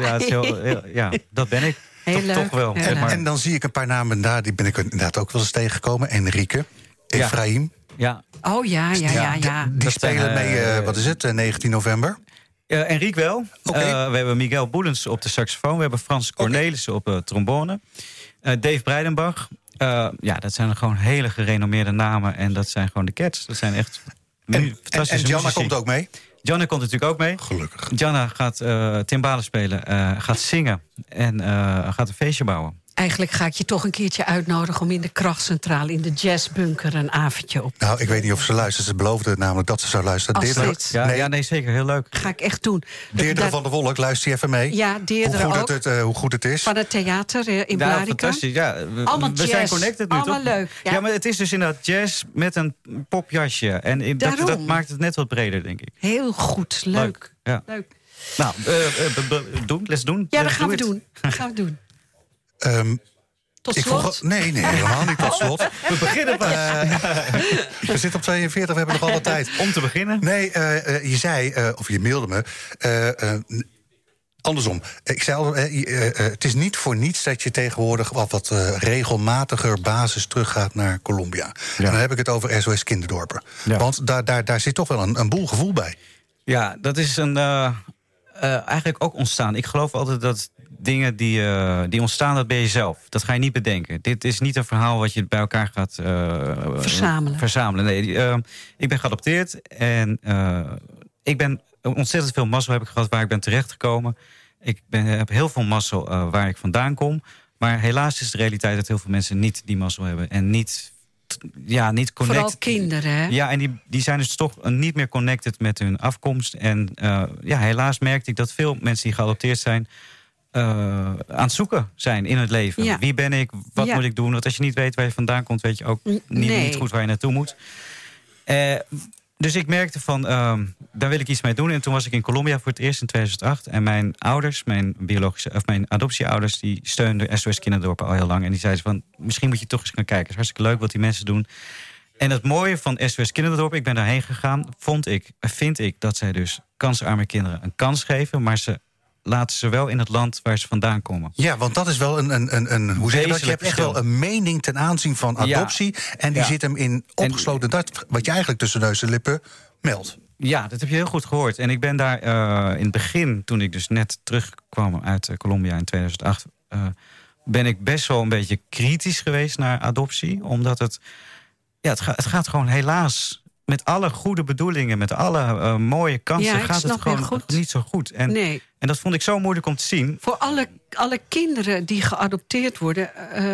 F: dat ben ik.
B: Heel leuk.
F: Toch wel.
B: Heel
D: En dan zie ik een paar namen daar, die ben ik inderdaad ook wel eens tegengekomen. Enrique, Efraïm.
F: Ja.
B: Oh ja.
D: Die spelen mee, wat is het, 19 november?
F: Enrique wel. We hebben Miguel Boelens op de saxofoon. We hebben Frans Cornelissen op trombone. Dave Breidenbach. Dat zijn gewoon hele gerenommeerde namen. En dat zijn gewoon de Cats. Dat zijn echt fantastische
D: En Gianna komt ook mee?
F: Gianna komt natuurlijk ook mee.
D: Gelukkig.
F: Gianna gaat timbalen spelen, gaat zingen en gaat een feestje bouwen.
B: Eigenlijk ga ik je toch een keertje uitnodigen om in de krachtcentrale, in de jazzbunker, een avondje op.
D: Nou, ik weet niet of ze luistert. Ze beloofde namelijk dat ze zou luisteren.
F: Nee, zeker. Heel leuk.
B: Ga ik echt doen.
D: Deirdre van der Wolk, luister je even mee?
B: Ja, Deirdre ook.
D: Hoe goed het is.
B: Van het theater in Blarica.
F: Fantastisch. Ja,
B: allemaal
F: we
B: jazz.
F: zijn connected nu,
B: allemaal
F: toch?
B: leuk.
F: Ja, maar het is dus inderdaad jazz met een popjasje. En dat maakt het net wat breder, denk ik.
B: Heel goed. Leuk.
F: Ja.
B: Leuk.
F: Nou, let's doen.
B: Ja, dat gaan we doen. Tot slot?
D: Nee, helemaal niet tot slot.
F: We beginnen pas.
D: We zitten op 42, we hebben nog alle tijd.
F: Om te beginnen?
D: Nee, je zei, of je mailde me... andersom. Ik zei al, het is niet voor niets dat je tegenwoordig wat regelmatiger basis teruggaat naar Colombia. Ja. En dan heb ik het over SOS Kinderdorpen. Ja. Want daar zit toch wel een boel gevoel bij.
F: Ja, dat is eigenlijk ook ontstaan. Ik geloof altijd dat dingen die ontstaan, dat ben je zelf. Dat ga je niet bedenken. Dit is niet een verhaal wat je bij elkaar gaat verzamelen. Nee, ik ben geadopteerd en ik ben ontzettend veel mazzel heb ik gehad waar ik ben terechtgekomen. Ik heb heel veel mazzel waar ik vandaan kom. Maar helaas is de realiteit dat heel veel mensen niet die mazzel hebben. En niet connected.
B: Vooral kinderen, hè?
F: Ja, en die zijn dus toch niet meer connected met hun afkomst. En helaas merkte ik dat veel mensen die geadopteerd zijn aan het zoeken zijn in het leven. Ja. Wie ben ik? Wat moet ik doen? Want als je niet weet waar je vandaan komt, weet je ook niet goed waar je naartoe moet. Dus ik merkte van, daar wil ik iets mee doen. En toen was ik in Colombia voor het eerst in 2008. En mijn ouders, mijn adoptieouders, die steunden SOS Kinderdorpen al heel lang. En die zeiden van, misschien moet je toch eens gaan kijken. Het is hartstikke leuk wat die mensen doen. En het mooie van SOS Kinderdorpen, ik ben daarheen gegaan, vind ik dat zij dus kansarme kinderen een kans geven, maar ze laten ze wel in het land waar ze vandaan komen.
D: Ja, want dat is wel een hoe zeg je dat? Je hebt echt wel een mening ten aanzien van adoptie. Ja. En die zit hem in opgesloten dat wat je eigenlijk tussen neus en lippen meldt.
F: Ja, dat heb je heel goed gehoord. En ik ben daar in het begin, toen ik dus net terugkwam uit Colombia in 2008... ben ik best wel een beetje kritisch geweest naar adoptie. Omdat het gaat gewoon helaas, met alle goede bedoelingen, met alle mooie kansen, gaat het gewoon niet zo goed. En dat vond ik zo moeilijk om te zien.
B: Voor alle kinderen die geadopteerd worden,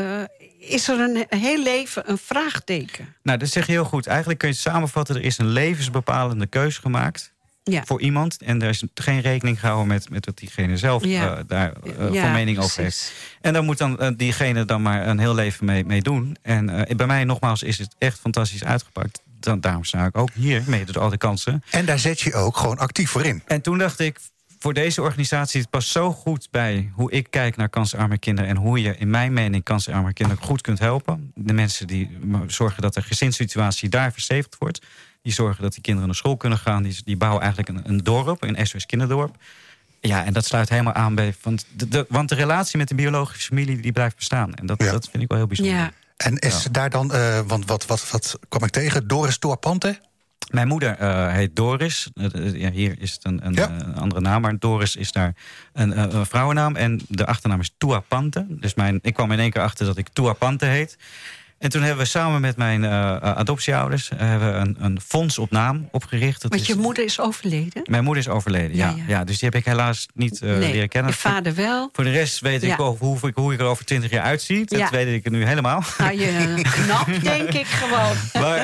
B: is er een heel leven een vraagteken.
F: Nou, dat zeg je heel goed. Eigenlijk kun je het samenvatten, er is een levensbepalende keuze gemaakt voor iemand. En er is geen rekening gehouden met wat diegene zelf daar van mening over heeft. En daar moet dan diegene dan maar een heel leven mee doen. En bij mij nogmaals is het echt fantastisch uitgepakt. Daarom sta ik ook hier, mede door al die kansen.
D: En daar zet je ook gewoon actief voor in.
F: En toen dacht ik, voor deze organisatie, het past zo goed bij hoe ik kijk naar kansarme kinderen en hoe je in mijn mening kansarme kinderen goed kunt helpen. De mensen die zorgen dat de gezinssituatie daar verstevigd wordt. Die zorgen dat die kinderen naar school kunnen gaan. Die bouwen eigenlijk een dorp, een SOS Kinderdorp. Ja, en dat sluit helemaal aan bij. Want de relatie met de biologische familie die blijft bestaan. En dat vind ik wel heel bijzonder.
B: Ja.
D: En is daar dan, want wat kwam ik tegen? Doris Toapante?
F: Mijn moeder heet Doris. Hier is het een andere naam, maar Doris is daar een vrouwennaam. En de achternaam is Toapante. Dus ik kwam in één keer achter dat ik Toapante heet. En toen hebben we samen met mijn adoptieouders een fonds op naam opgericht.
B: Want je moeder is overleden?
F: Mijn moeder is overleden, ja. Dus die heb ik helaas niet leren kennen.
B: Je vader wel?
F: Voor de rest weet ik hoe ik er over 20 jaar uitzie. Dat weet ik nu helemaal.
B: Nou, je knap, denk ik gewoon.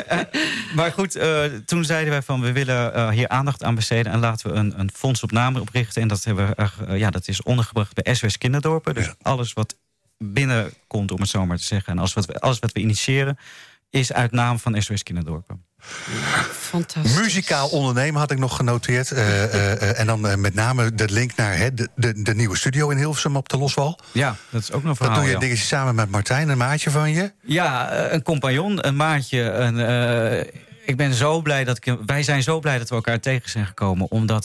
F: Maar goed, toen zeiden wij van, we willen hier aandacht aan besteden. En laten we een fonds op naam oprichten. En dat hebben dat is ondergebracht bij SOS Kinderdorpen. Dus alles wat binnenkomt, om het zo maar te zeggen. En alles wat we initiëren is uit naam van SOS Kinderdorpen.
B: Fantastisch.
D: Muzikaal ondernemen had ik nog genoteerd. En dan met name de link naar de nieuwe studio in Hilversum op de Loswal.
F: Ja, dat is ook nog een verhaal.
D: Dat doe je dingetjes samen met Martijn, een maatje van je?
F: Ja, een compagnon, een maatje. Ik ben zo blij wij zijn zo blij dat we elkaar tegen zijn gekomen. Omdat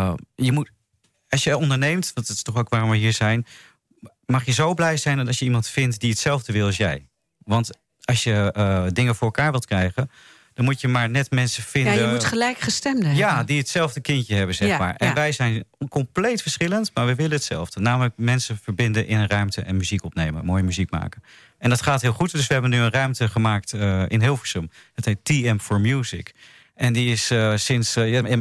F: als je onderneemt, want dat is toch ook waarom we hier zijn, mag je zo blij zijn als je iemand vindt die hetzelfde wil als jij. Want als je dingen voor elkaar wilt krijgen, dan moet je maar net mensen vinden.
B: Ja, je moet gelijkgestemden hebben.
F: Ja, die hetzelfde kindje hebben, zeg maar. En wij zijn compleet verschillend, maar we willen hetzelfde. Namelijk mensen verbinden in een ruimte en muziek opnemen. Mooie muziek maken. En dat gaat heel goed. Dus we hebben nu een ruimte gemaakt in Hilversum. Het heet TM for Music. En die is sinds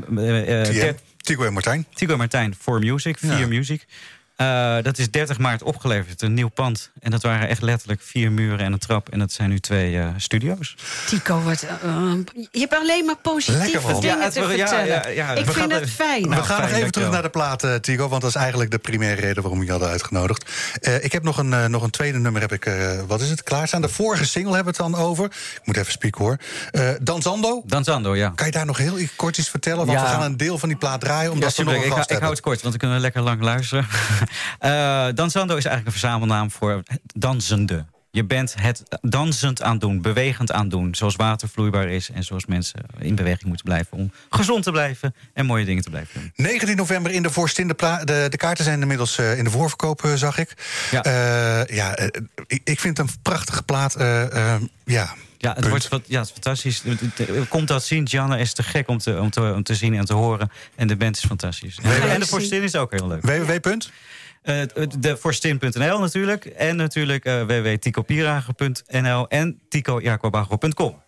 D: Tigo en Martijn.
F: Tigo en Martijn for Music, 4 Music. Dat is 30 maart opgeleverd, een nieuw pand. En dat waren echt letterlijk 4 muren en een trap. En dat zijn nu 2 studio's.
B: Tico, je hebt alleen maar positieve dingen te vertellen. Ik vind het fijn.
D: We gaan nog even terug naar de plaat, Tigo. Want dat is eigenlijk de primaire reden waarom je hadden uitgenodigd. Ik heb nog een tweede nummer, wat is het, klaarstaan. De vorige single hebben we het dan over. Ik moet even spieken, hoor. Danzando.
F: Danzando, ja.
D: Kan je daar nog heel kort iets vertellen? Want we gaan een deel van die plaat draaien, omdat we nog een gast hebben.
F: Ik hou het kort, want dan kunnen we lekker lang luisteren. Danzando is eigenlijk een verzamelnaam voor dansende. Je bent het dansend aan doen, bewegend aan doen. Zoals water vloeibaar is en zoals mensen in beweging moeten blijven om gezond te blijven en mooie dingen te blijven doen.
D: 19 november in de Vorstin. De kaarten zijn inmiddels in de voorverkoop, zag ik. Ja. Ik vind het een prachtige plaat. Ja,
F: het is fantastisch. Komt dat zien. Gianna is te gek om te zien en te horen. En de band is fantastisch. En de Vorstin is ook heel leuk.
D: www.
F: De Forstin.nl natuurlijk. En natuurlijk www.ticopirago.nl en ticojacobago.com.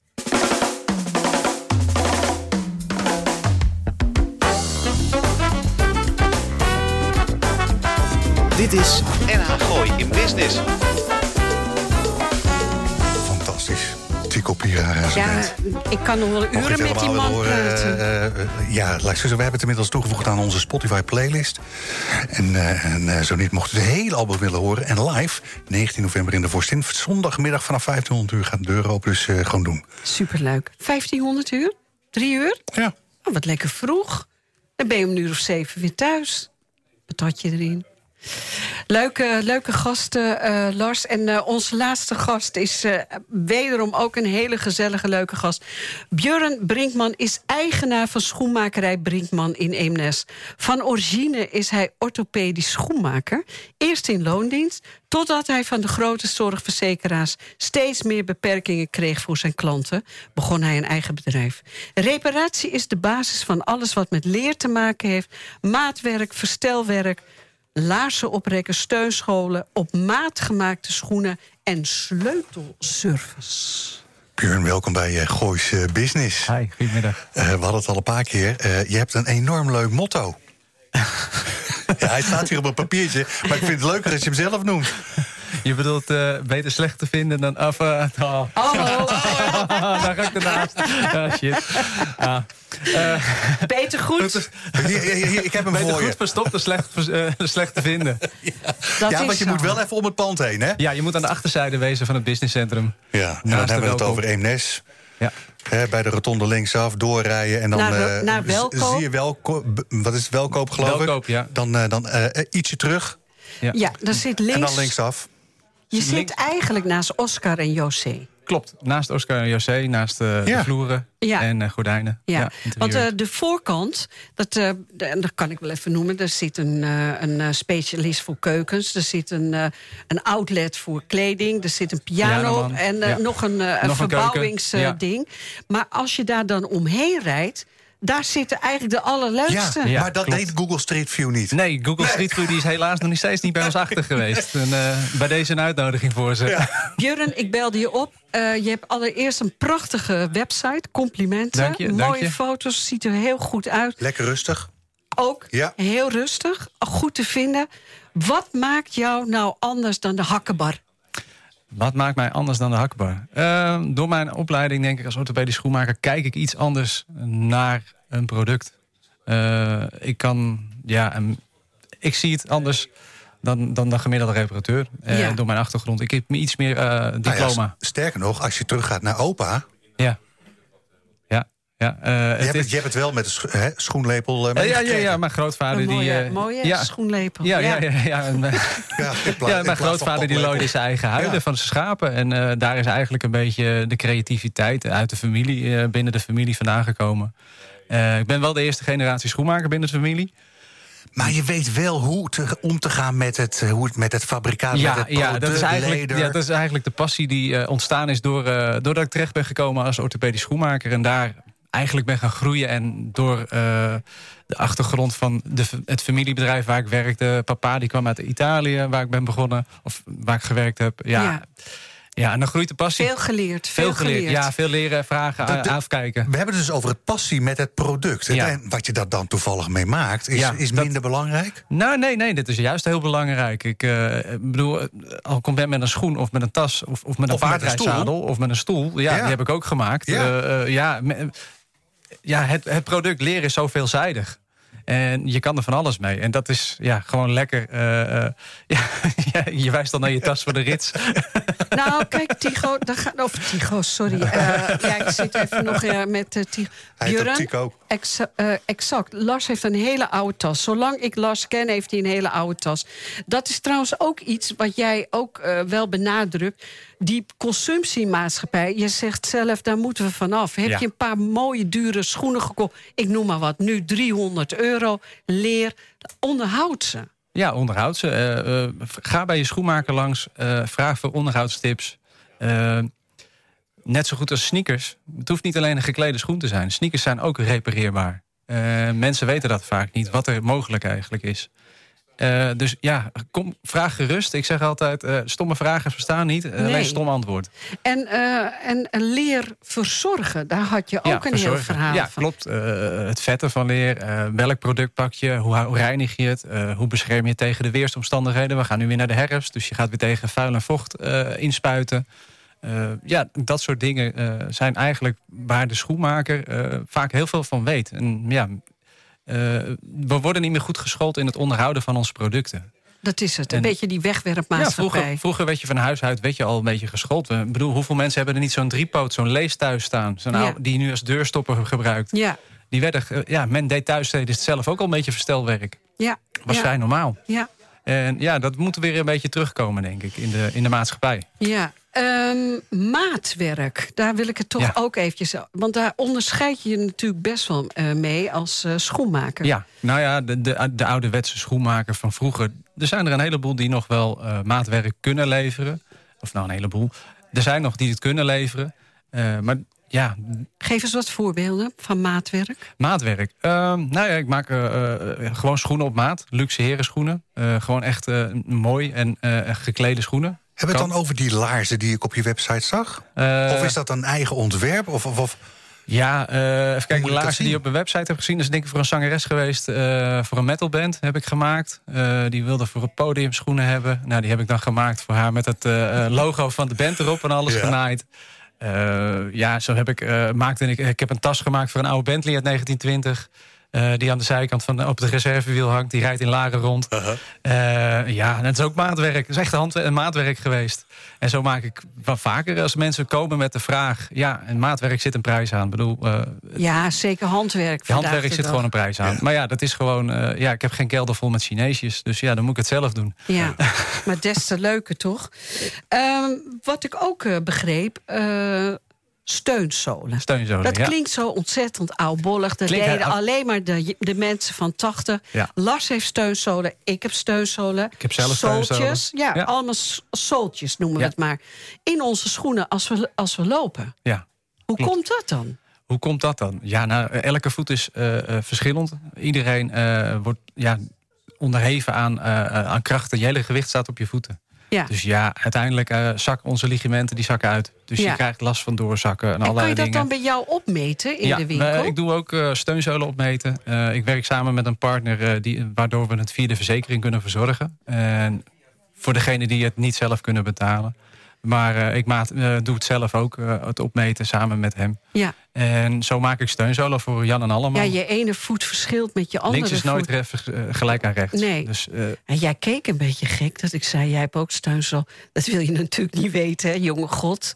A: Dit is NH Gooi in Business.
D: Fantastisch. Tico Pirago.
B: Ja, ik kan nog wel uren met die man praten.
D: We hebben het inmiddels toegevoegd aan onze Spotify-playlist. En zo niet mocht u het hele album willen horen. En live, 19 november in de Forstin. Zondagmiddag vanaf 1500 uur gaat de deur open. Dus gewoon doen.
B: Superleuk. 1500 uur? 3 uur?
D: Ja.
B: Oh, wat lekker vroeg. Dan ben je om 1 uur of 7 weer thuis. Patatje erin. Leuke gasten, Lars. En onze laatste gast is wederom ook een hele gezellige, leuke gast. Björn Brinkman is eigenaar van schoenmakerij Brinkman in Eemnes. Van origine is hij orthopedisch schoenmaker. Eerst in loondienst, totdat hij van de grote zorgverzekeraars steeds meer beperkingen kreeg voor zijn klanten, begon hij een eigen bedrijf. Reparatie is de basis van alles wat met leer te maken heeft. Maatwerk, verstelwerk, laarzen oprekken, steunscholen, op maat gemaakte schoenen en sleutelservice.
D: Björn, welkom bij Goois Business.
G: Hi, goedemiddag.
D: We hadden het al een paar keer. Je hebt een enorm leuk motto. Ja, hij staat hier op een papiertje, maar ik vind het leuker als je hem zelf noemt.
G: Je bedoelt beter slecht te vinden dan af... Daar ga ik ernaast. Shit.
B: Beter goed.
D: Hier, ik heb hem
G: Beter
D: voor je.
G: goed verstopt dan slecht te vinden.
D: Want je moet wel even om het pand heen, hè?
G: Ja, je moet aan de achterzijde wezen van het businesscentrum.
D: Ja, en dan hebben we het over Eemnes.
G: Ja.
D: Bij de rotonde linksaf, doorrijden en dan
B: naar Welkoop.
D: Zie je wat is het, Welkoop, geloof ik?
G: Welkoop, ja.
D: Dan ietsje terug
B: Ja, daar zit links.
D: en dan linksaf.
B: Je zit eigenlijk naast Oscar en José.
G: Klopt, naast Oscar en José, naast de vloeren en gordijnen.
B: Ja,
G: interieur.
B: want de voorkant, dat kan ik wel even noemen. Er zit een specialist voor keukens. Er zit een outlet voor kleding. Er zit een piano en nog een verbouwingsding. Maar als je daar dan omheen rijdt, daar zitten eigenlijk de allerleukste.
D: Ja, maar dat deed Google Street View niet.
G: Nee, Google Street View die is helaas nog steeds niet bij ons achter geweest. En, bij deze een uitnodiging voor ze. Ja.
B: Björn, ik belde je op. Je hebt allereerst een prachtige website. Complimenten.
G: Dank je.
B: Mooie foto's, ziet er heel goed uit.
D: Lekker rustig.
B: Ook heel rustig, goed te vinden. Wat maakt jou nou anders dan de hakkenbar?
G: Wat maakt mij anders dan de hakkenbar? Door mijn opleiding, denk ik, als orthopedisch schoenmaker, kijk ik iets anders naar een product. Ik zie het anders dan de gemiddelde reparateur. Door mijn achtergrond. Ik heb iets meer diploma.
D: Nou ja, sterker nog, als je teruggaat naar opa.
G: Ja.
D: Je hebt het wel met een schoenlepel.
G: Mijn grootvader
B: mooie schoenlepel.
G: Mijn grootvader die looide zijn eigen huiden van zijn schapen. En daar is eigenlijk een beetje de creativiteit uit de familie, binnen de familie vandaan gekomen. Ik ben wel de eerste generatie schoenmaker binnen de familie.
D: Maar je weet wel hoe om te gaan met het fabrikaat, met het product,
G: dat is eigenlijk de passie die ontstaan is doordat ik terecht ben gekomen als orthopedisch schoenmaker. En daar eigenlijk ben gaan groeien. En door de achtergrond van het familiebedrijf waar ik werkte. Papa die kwam uit Italië, waar ik ben begonnen. Of waar ik gewerkt heb. Ja, en dan groeit de passie.
B: Veel geleerd.
G: Ja, veel leren, vragen, afkijken.
D: We hebben het dus over het passie met het product.
G: Ja.
D: En wat je daar dan toevallig mee maakt, is minder belangrijk?
G: Nou, nee, dit is juist heel belangrijk. Ik bedoel, al komt men met een schoen of met een tas of met een paardrijdzadel of met een stoel. Die heb ik ook gemaakt. Het product leren is zo veelzijdig. En je kan er van alles mee. En dat is gewoon lekker. Je wijst dan naar je tas voor de rits.
B: Nou, kijk, Tigo. Tigo, sorry. Ik zit even nog met Tigo.
D: Hij heet ook Tico.
B: Exact. Lars heeft een hele oude tas. Zolang ik Lars ken, heeft hij een hele oude tas. Dat is trouwens ook iets wat jij ook wel benadrukt. Die consumptiemaatschappij, je zegt zelf, daar moeten we vanaf. Heb je een paar mooie, dure schoenen gekocht? Ik noem maar wat, nu €300. Leer, onderhoud ze.
G: Ja, onderhoud ze. Ga bij je schoenmaker langs. Vraag voor onderhoudstips. Net zo goed als sneakers. Het hoeft niet alleen een geklede schoen te zijn. Sneakers zijn ook repareerbaar. Mensen weten dat vaak niet, wat er mogelijk eigenlijk is. Dus ja, vraag gerust. Ik zeg altijd, stomme vragen verstaan niet. Alleen stom antwoord.
B: En leer verzorgen, daar had je ook een heel verhaal van.
G: Ja, klopt. Het vetten van leer. Welk product pak je? Hoe reinig je het? Hoe bescherm je het tegen de weersomstandigheden? We gaan nu weer naar de herfst, dus je gaat weer tegen vuil en vocht inspuiten. Dat soort dingen zijn eigenlijk waar de schoenmaker vaak heel veel van weet. En ja, we worden niet meer goed geschoold in het onderhouden van onze producten. Dat is het, een beetje die wegwerpmaatschappij. Ja, vroeger werd je van huis uit werd je al een beetje geschoold. Ik bedoel, hoeveel mensen hebben er niet zo'n driepoot, zo'n lees thuis staan? Die je nu als deurstopper gebruikt. Ja. Die werden, men deed thuis het zelf ook al een beetje verstelwerk. Ja. Was vrij normaal. Ja. En ja, dat moet weer een beetje terugkomen, denk ik, in de maatschappij. Ja. Maatwerk, daar wil ik het toch ook eventjes... want daar onderscheid je natuurlijk best wel mee als schoenmaker. Ja, nou ja, de ouderwetse schoenmaker van vroeger... er zijn er een heleboel die nog wel maatwerk kunnen leveren. Of nou, een heleboel. Er zijn nog die het kunnen leveren. Maar ja... Geef eens wat voorbeelden van maatwerk. Maatwerk? Ik maak gewoon schoenen op maat. Luxe herenschoenen. Gewoon echt mooi en geklede schoenen.
D: Hebben we het dan over die laarzen die ik op je website zag? Of is dat een eigen ontwerp?
G: Ja, even kijken, de laarzen die je op mijn website heb gezien... dat is denk ik voor een zangeres geweest, voor een metalband heb ik gemaakt. Die wilde voor het podium schoenen hebben. Nou, die heb ik dan gemaakt voor haar met het logo van de band erop en alles genaaid. Zo heb ik heb een tas gemaakt voor een oude Bentley uit 1920... die aan de zijkant op de reservewiel hangt. Die rijdt in Laren rond. En dat is ook maatwerk. Dat is echt een maatwerk geweest. En zo maak ik wel vaker als mensen komen met de vraag... ja, en maatwerk zit een prijs aan. Ik bedoel,
B: ja, zeker handwerk.
G: Handwerk zit gewoon een prijs aan. Ja. Maar ja, dat is gewoon... ik heb geen kelder vol met Chineesjes. Dus ja, dan moet ik het zelf doen. Ja, maar des te leuker, toch? Wat ik ook begreep... Steunzolen. Dat klinkt zo ontzettend oudbollig. Dat deden alleen maar de mensen van 80. Ja. Lars heeft steunzolen, ik heb steunzolen. Ik heb zelf steunzolen. Ja, allemaal zooltjes noemen we het maar. In onze schoenen als we lopen. Ja. Hoe komt dat dan? Ja, nou, elke voet is verschillend. Iedereen wordt onderheven aan krachten. Je hele gewicht staat op je voeten. Ja. Dus ja, uiteindelijk zakken onze ligamenten die zakken uit. Dus je krijgt last van doorzakken en allerlei dingen. Kan je dat dan bij jou opmeten in de winkel? Ik doe ook steunzolen opmeten. Ik werk samen met een partner waardoor we het via de verzekering kunnen verzorgen. En voor degenen die het niet zelf kunnen betalen. Maar ik doe het zelf ook, het opmeten samen met hem. Ja. En zo maak ik steunzolen voor Jan en allemaal. Ja, je ene voet verschilt met je andere voet. Links is nooit gelijk aan rechts. Nee. Dus, en jij keek een beetje gek dat ik zei, jij hebt ook steunzolen. Dat wil je natuurlijk niet weten, hè, jonge god.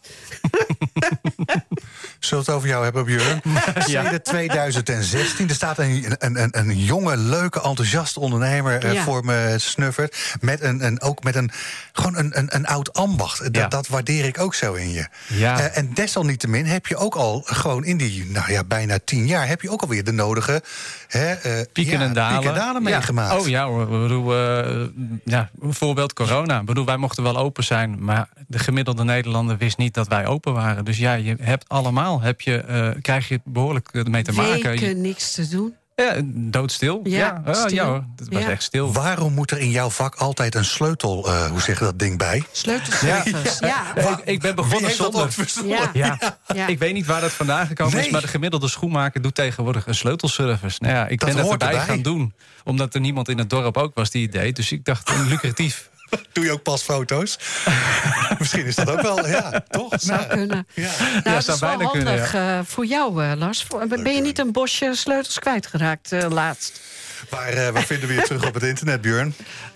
D: Zullen we het over jou hebben, Björn? Sinds 2016. Er staat een jonge, leuke, enthousiaste ondernemer voor me snuffert. Ook met een oud ambacht. Ja. Dat waardeer ik ook zo in je. Ja. En desalniettemin heb je ook al gewoon in die bijna 10 jaar... heb je ook alweer de nodige pieken en dalen meegemaakt.
G: Oh ja, een voorbeeld corona. Wij mochten wel open zijn, maar de gemiddelde Nederlander wist niet dat wij open waren. Dus ja, je hebt allemaal, krijg je behoorlijk mee te maken.
B: Weken niks te doen.
G: Ja, doodstil. Ja, dat was echt stil.
D: Waarom moet er in jouw vak altijd een sleutel, hoe zeg je dat ding bij?
B: Sleutelservice,
G: Ik ben begonnen zonder... Ik weet niet waar dat vandaan gekomen is, maar de gemiddelde schoenmaker doet tegenwoordig een sleutelservice. Nou ja, ik ben dat erbij gaan doen, omdat er niemand in het dorp ook was die het deed. Dus ik dacht, lucratief.
D: Doe je ook pasfoto's? Misschien is dat ook wel, toch?
B: Zou kunnen. Dat is wel handig voor jou, Lars. Ben je niet een bosje sleutels kwijtgeraakt laatst?
D: Waar vinden we je terug op het internet, Björn?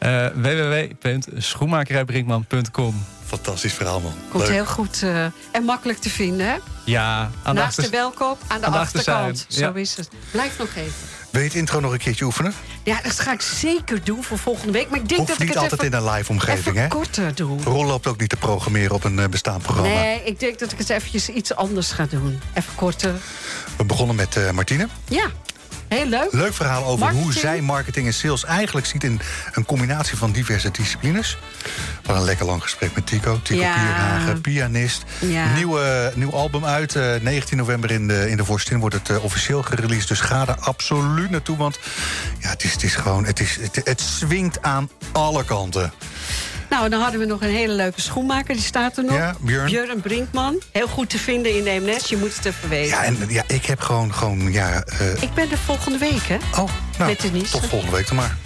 G: www.schoenmakerijbrinkman.com.
D: Fantastisch verhaal, man.
B: Komt heel goed en makkelijk te vinden, hè?
G: Ja.
B: Naast de welkoop, aan de achterkant. Zo is het. Blijf nog even.
D: Wil je het intro nog een keertje oefenen?
B: Ja, dat ga ik zeker doen voor volgende week. Maar ik denk dat ik het
D: altijd in een live omgeving, hè?
B: Korter doe.
D: Ron loopt ook niet te programmeren op een bestaand programma.
B: Nee, ik denk dat ik het eventjes iets anders ga doen. Even korter.
D: We begonnen met Martine.
B: Ja. Heel leuk.
D: Leuk verhaal over
B: Marketing.
D: hoe zij marketing en sales eigenlijk ziet in een combinatie van diverse disciplines. Wat een lekker lang gesprek met Tico. Tico Pierhagen, pianist.
B: Ja.
D: Nieuw album uit. 19 november in de Vorstin wordt het officieel gereleased. Dus ga er absoluut naartoe. Want ja, het is gewoon, het swingt aan alle kanten.
B: Nou, dan hadden we nog een hele leuke schoenmaker. Die staat er nog.
D: Ja, Björn
B: Brinkman. Heel goed te vinden in de MNS. Je moet het even weten.
D: Ja, en ja, ik heb gewoon
B: Ik ben er volgende week, hè?
D: Oh, nou,
B: Met Denise.
D: tot volgende week dan maar.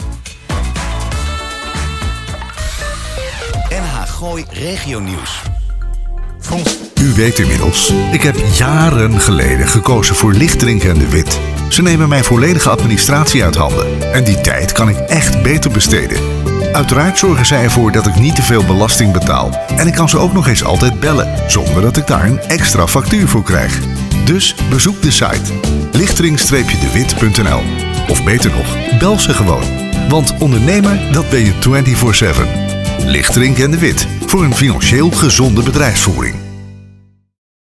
A: NH Gooi Regionieuws.
H: U weet inmiddels, ik heb jaren geleden gekozen voor Lichtdrink en de Wit. Ze nemen mijn volledige administratie uit handen. En die tijd kan ik echt beter besteden. Uiteraard zorgen zij ervoor dat ik niet te veel belasting betaal. En ik kan ze ook nog eens altijd bellen, zonder dat ik daar een extra factuur voor krijg. Dus bezoek de site lichtdrink-dewit.nl. Of beter nog, bel ze gewoon. Want ondernemer, dat ben je 24/7. Lichtdrink en de Wit, voor een financieel gezonde bedrijfsvoering.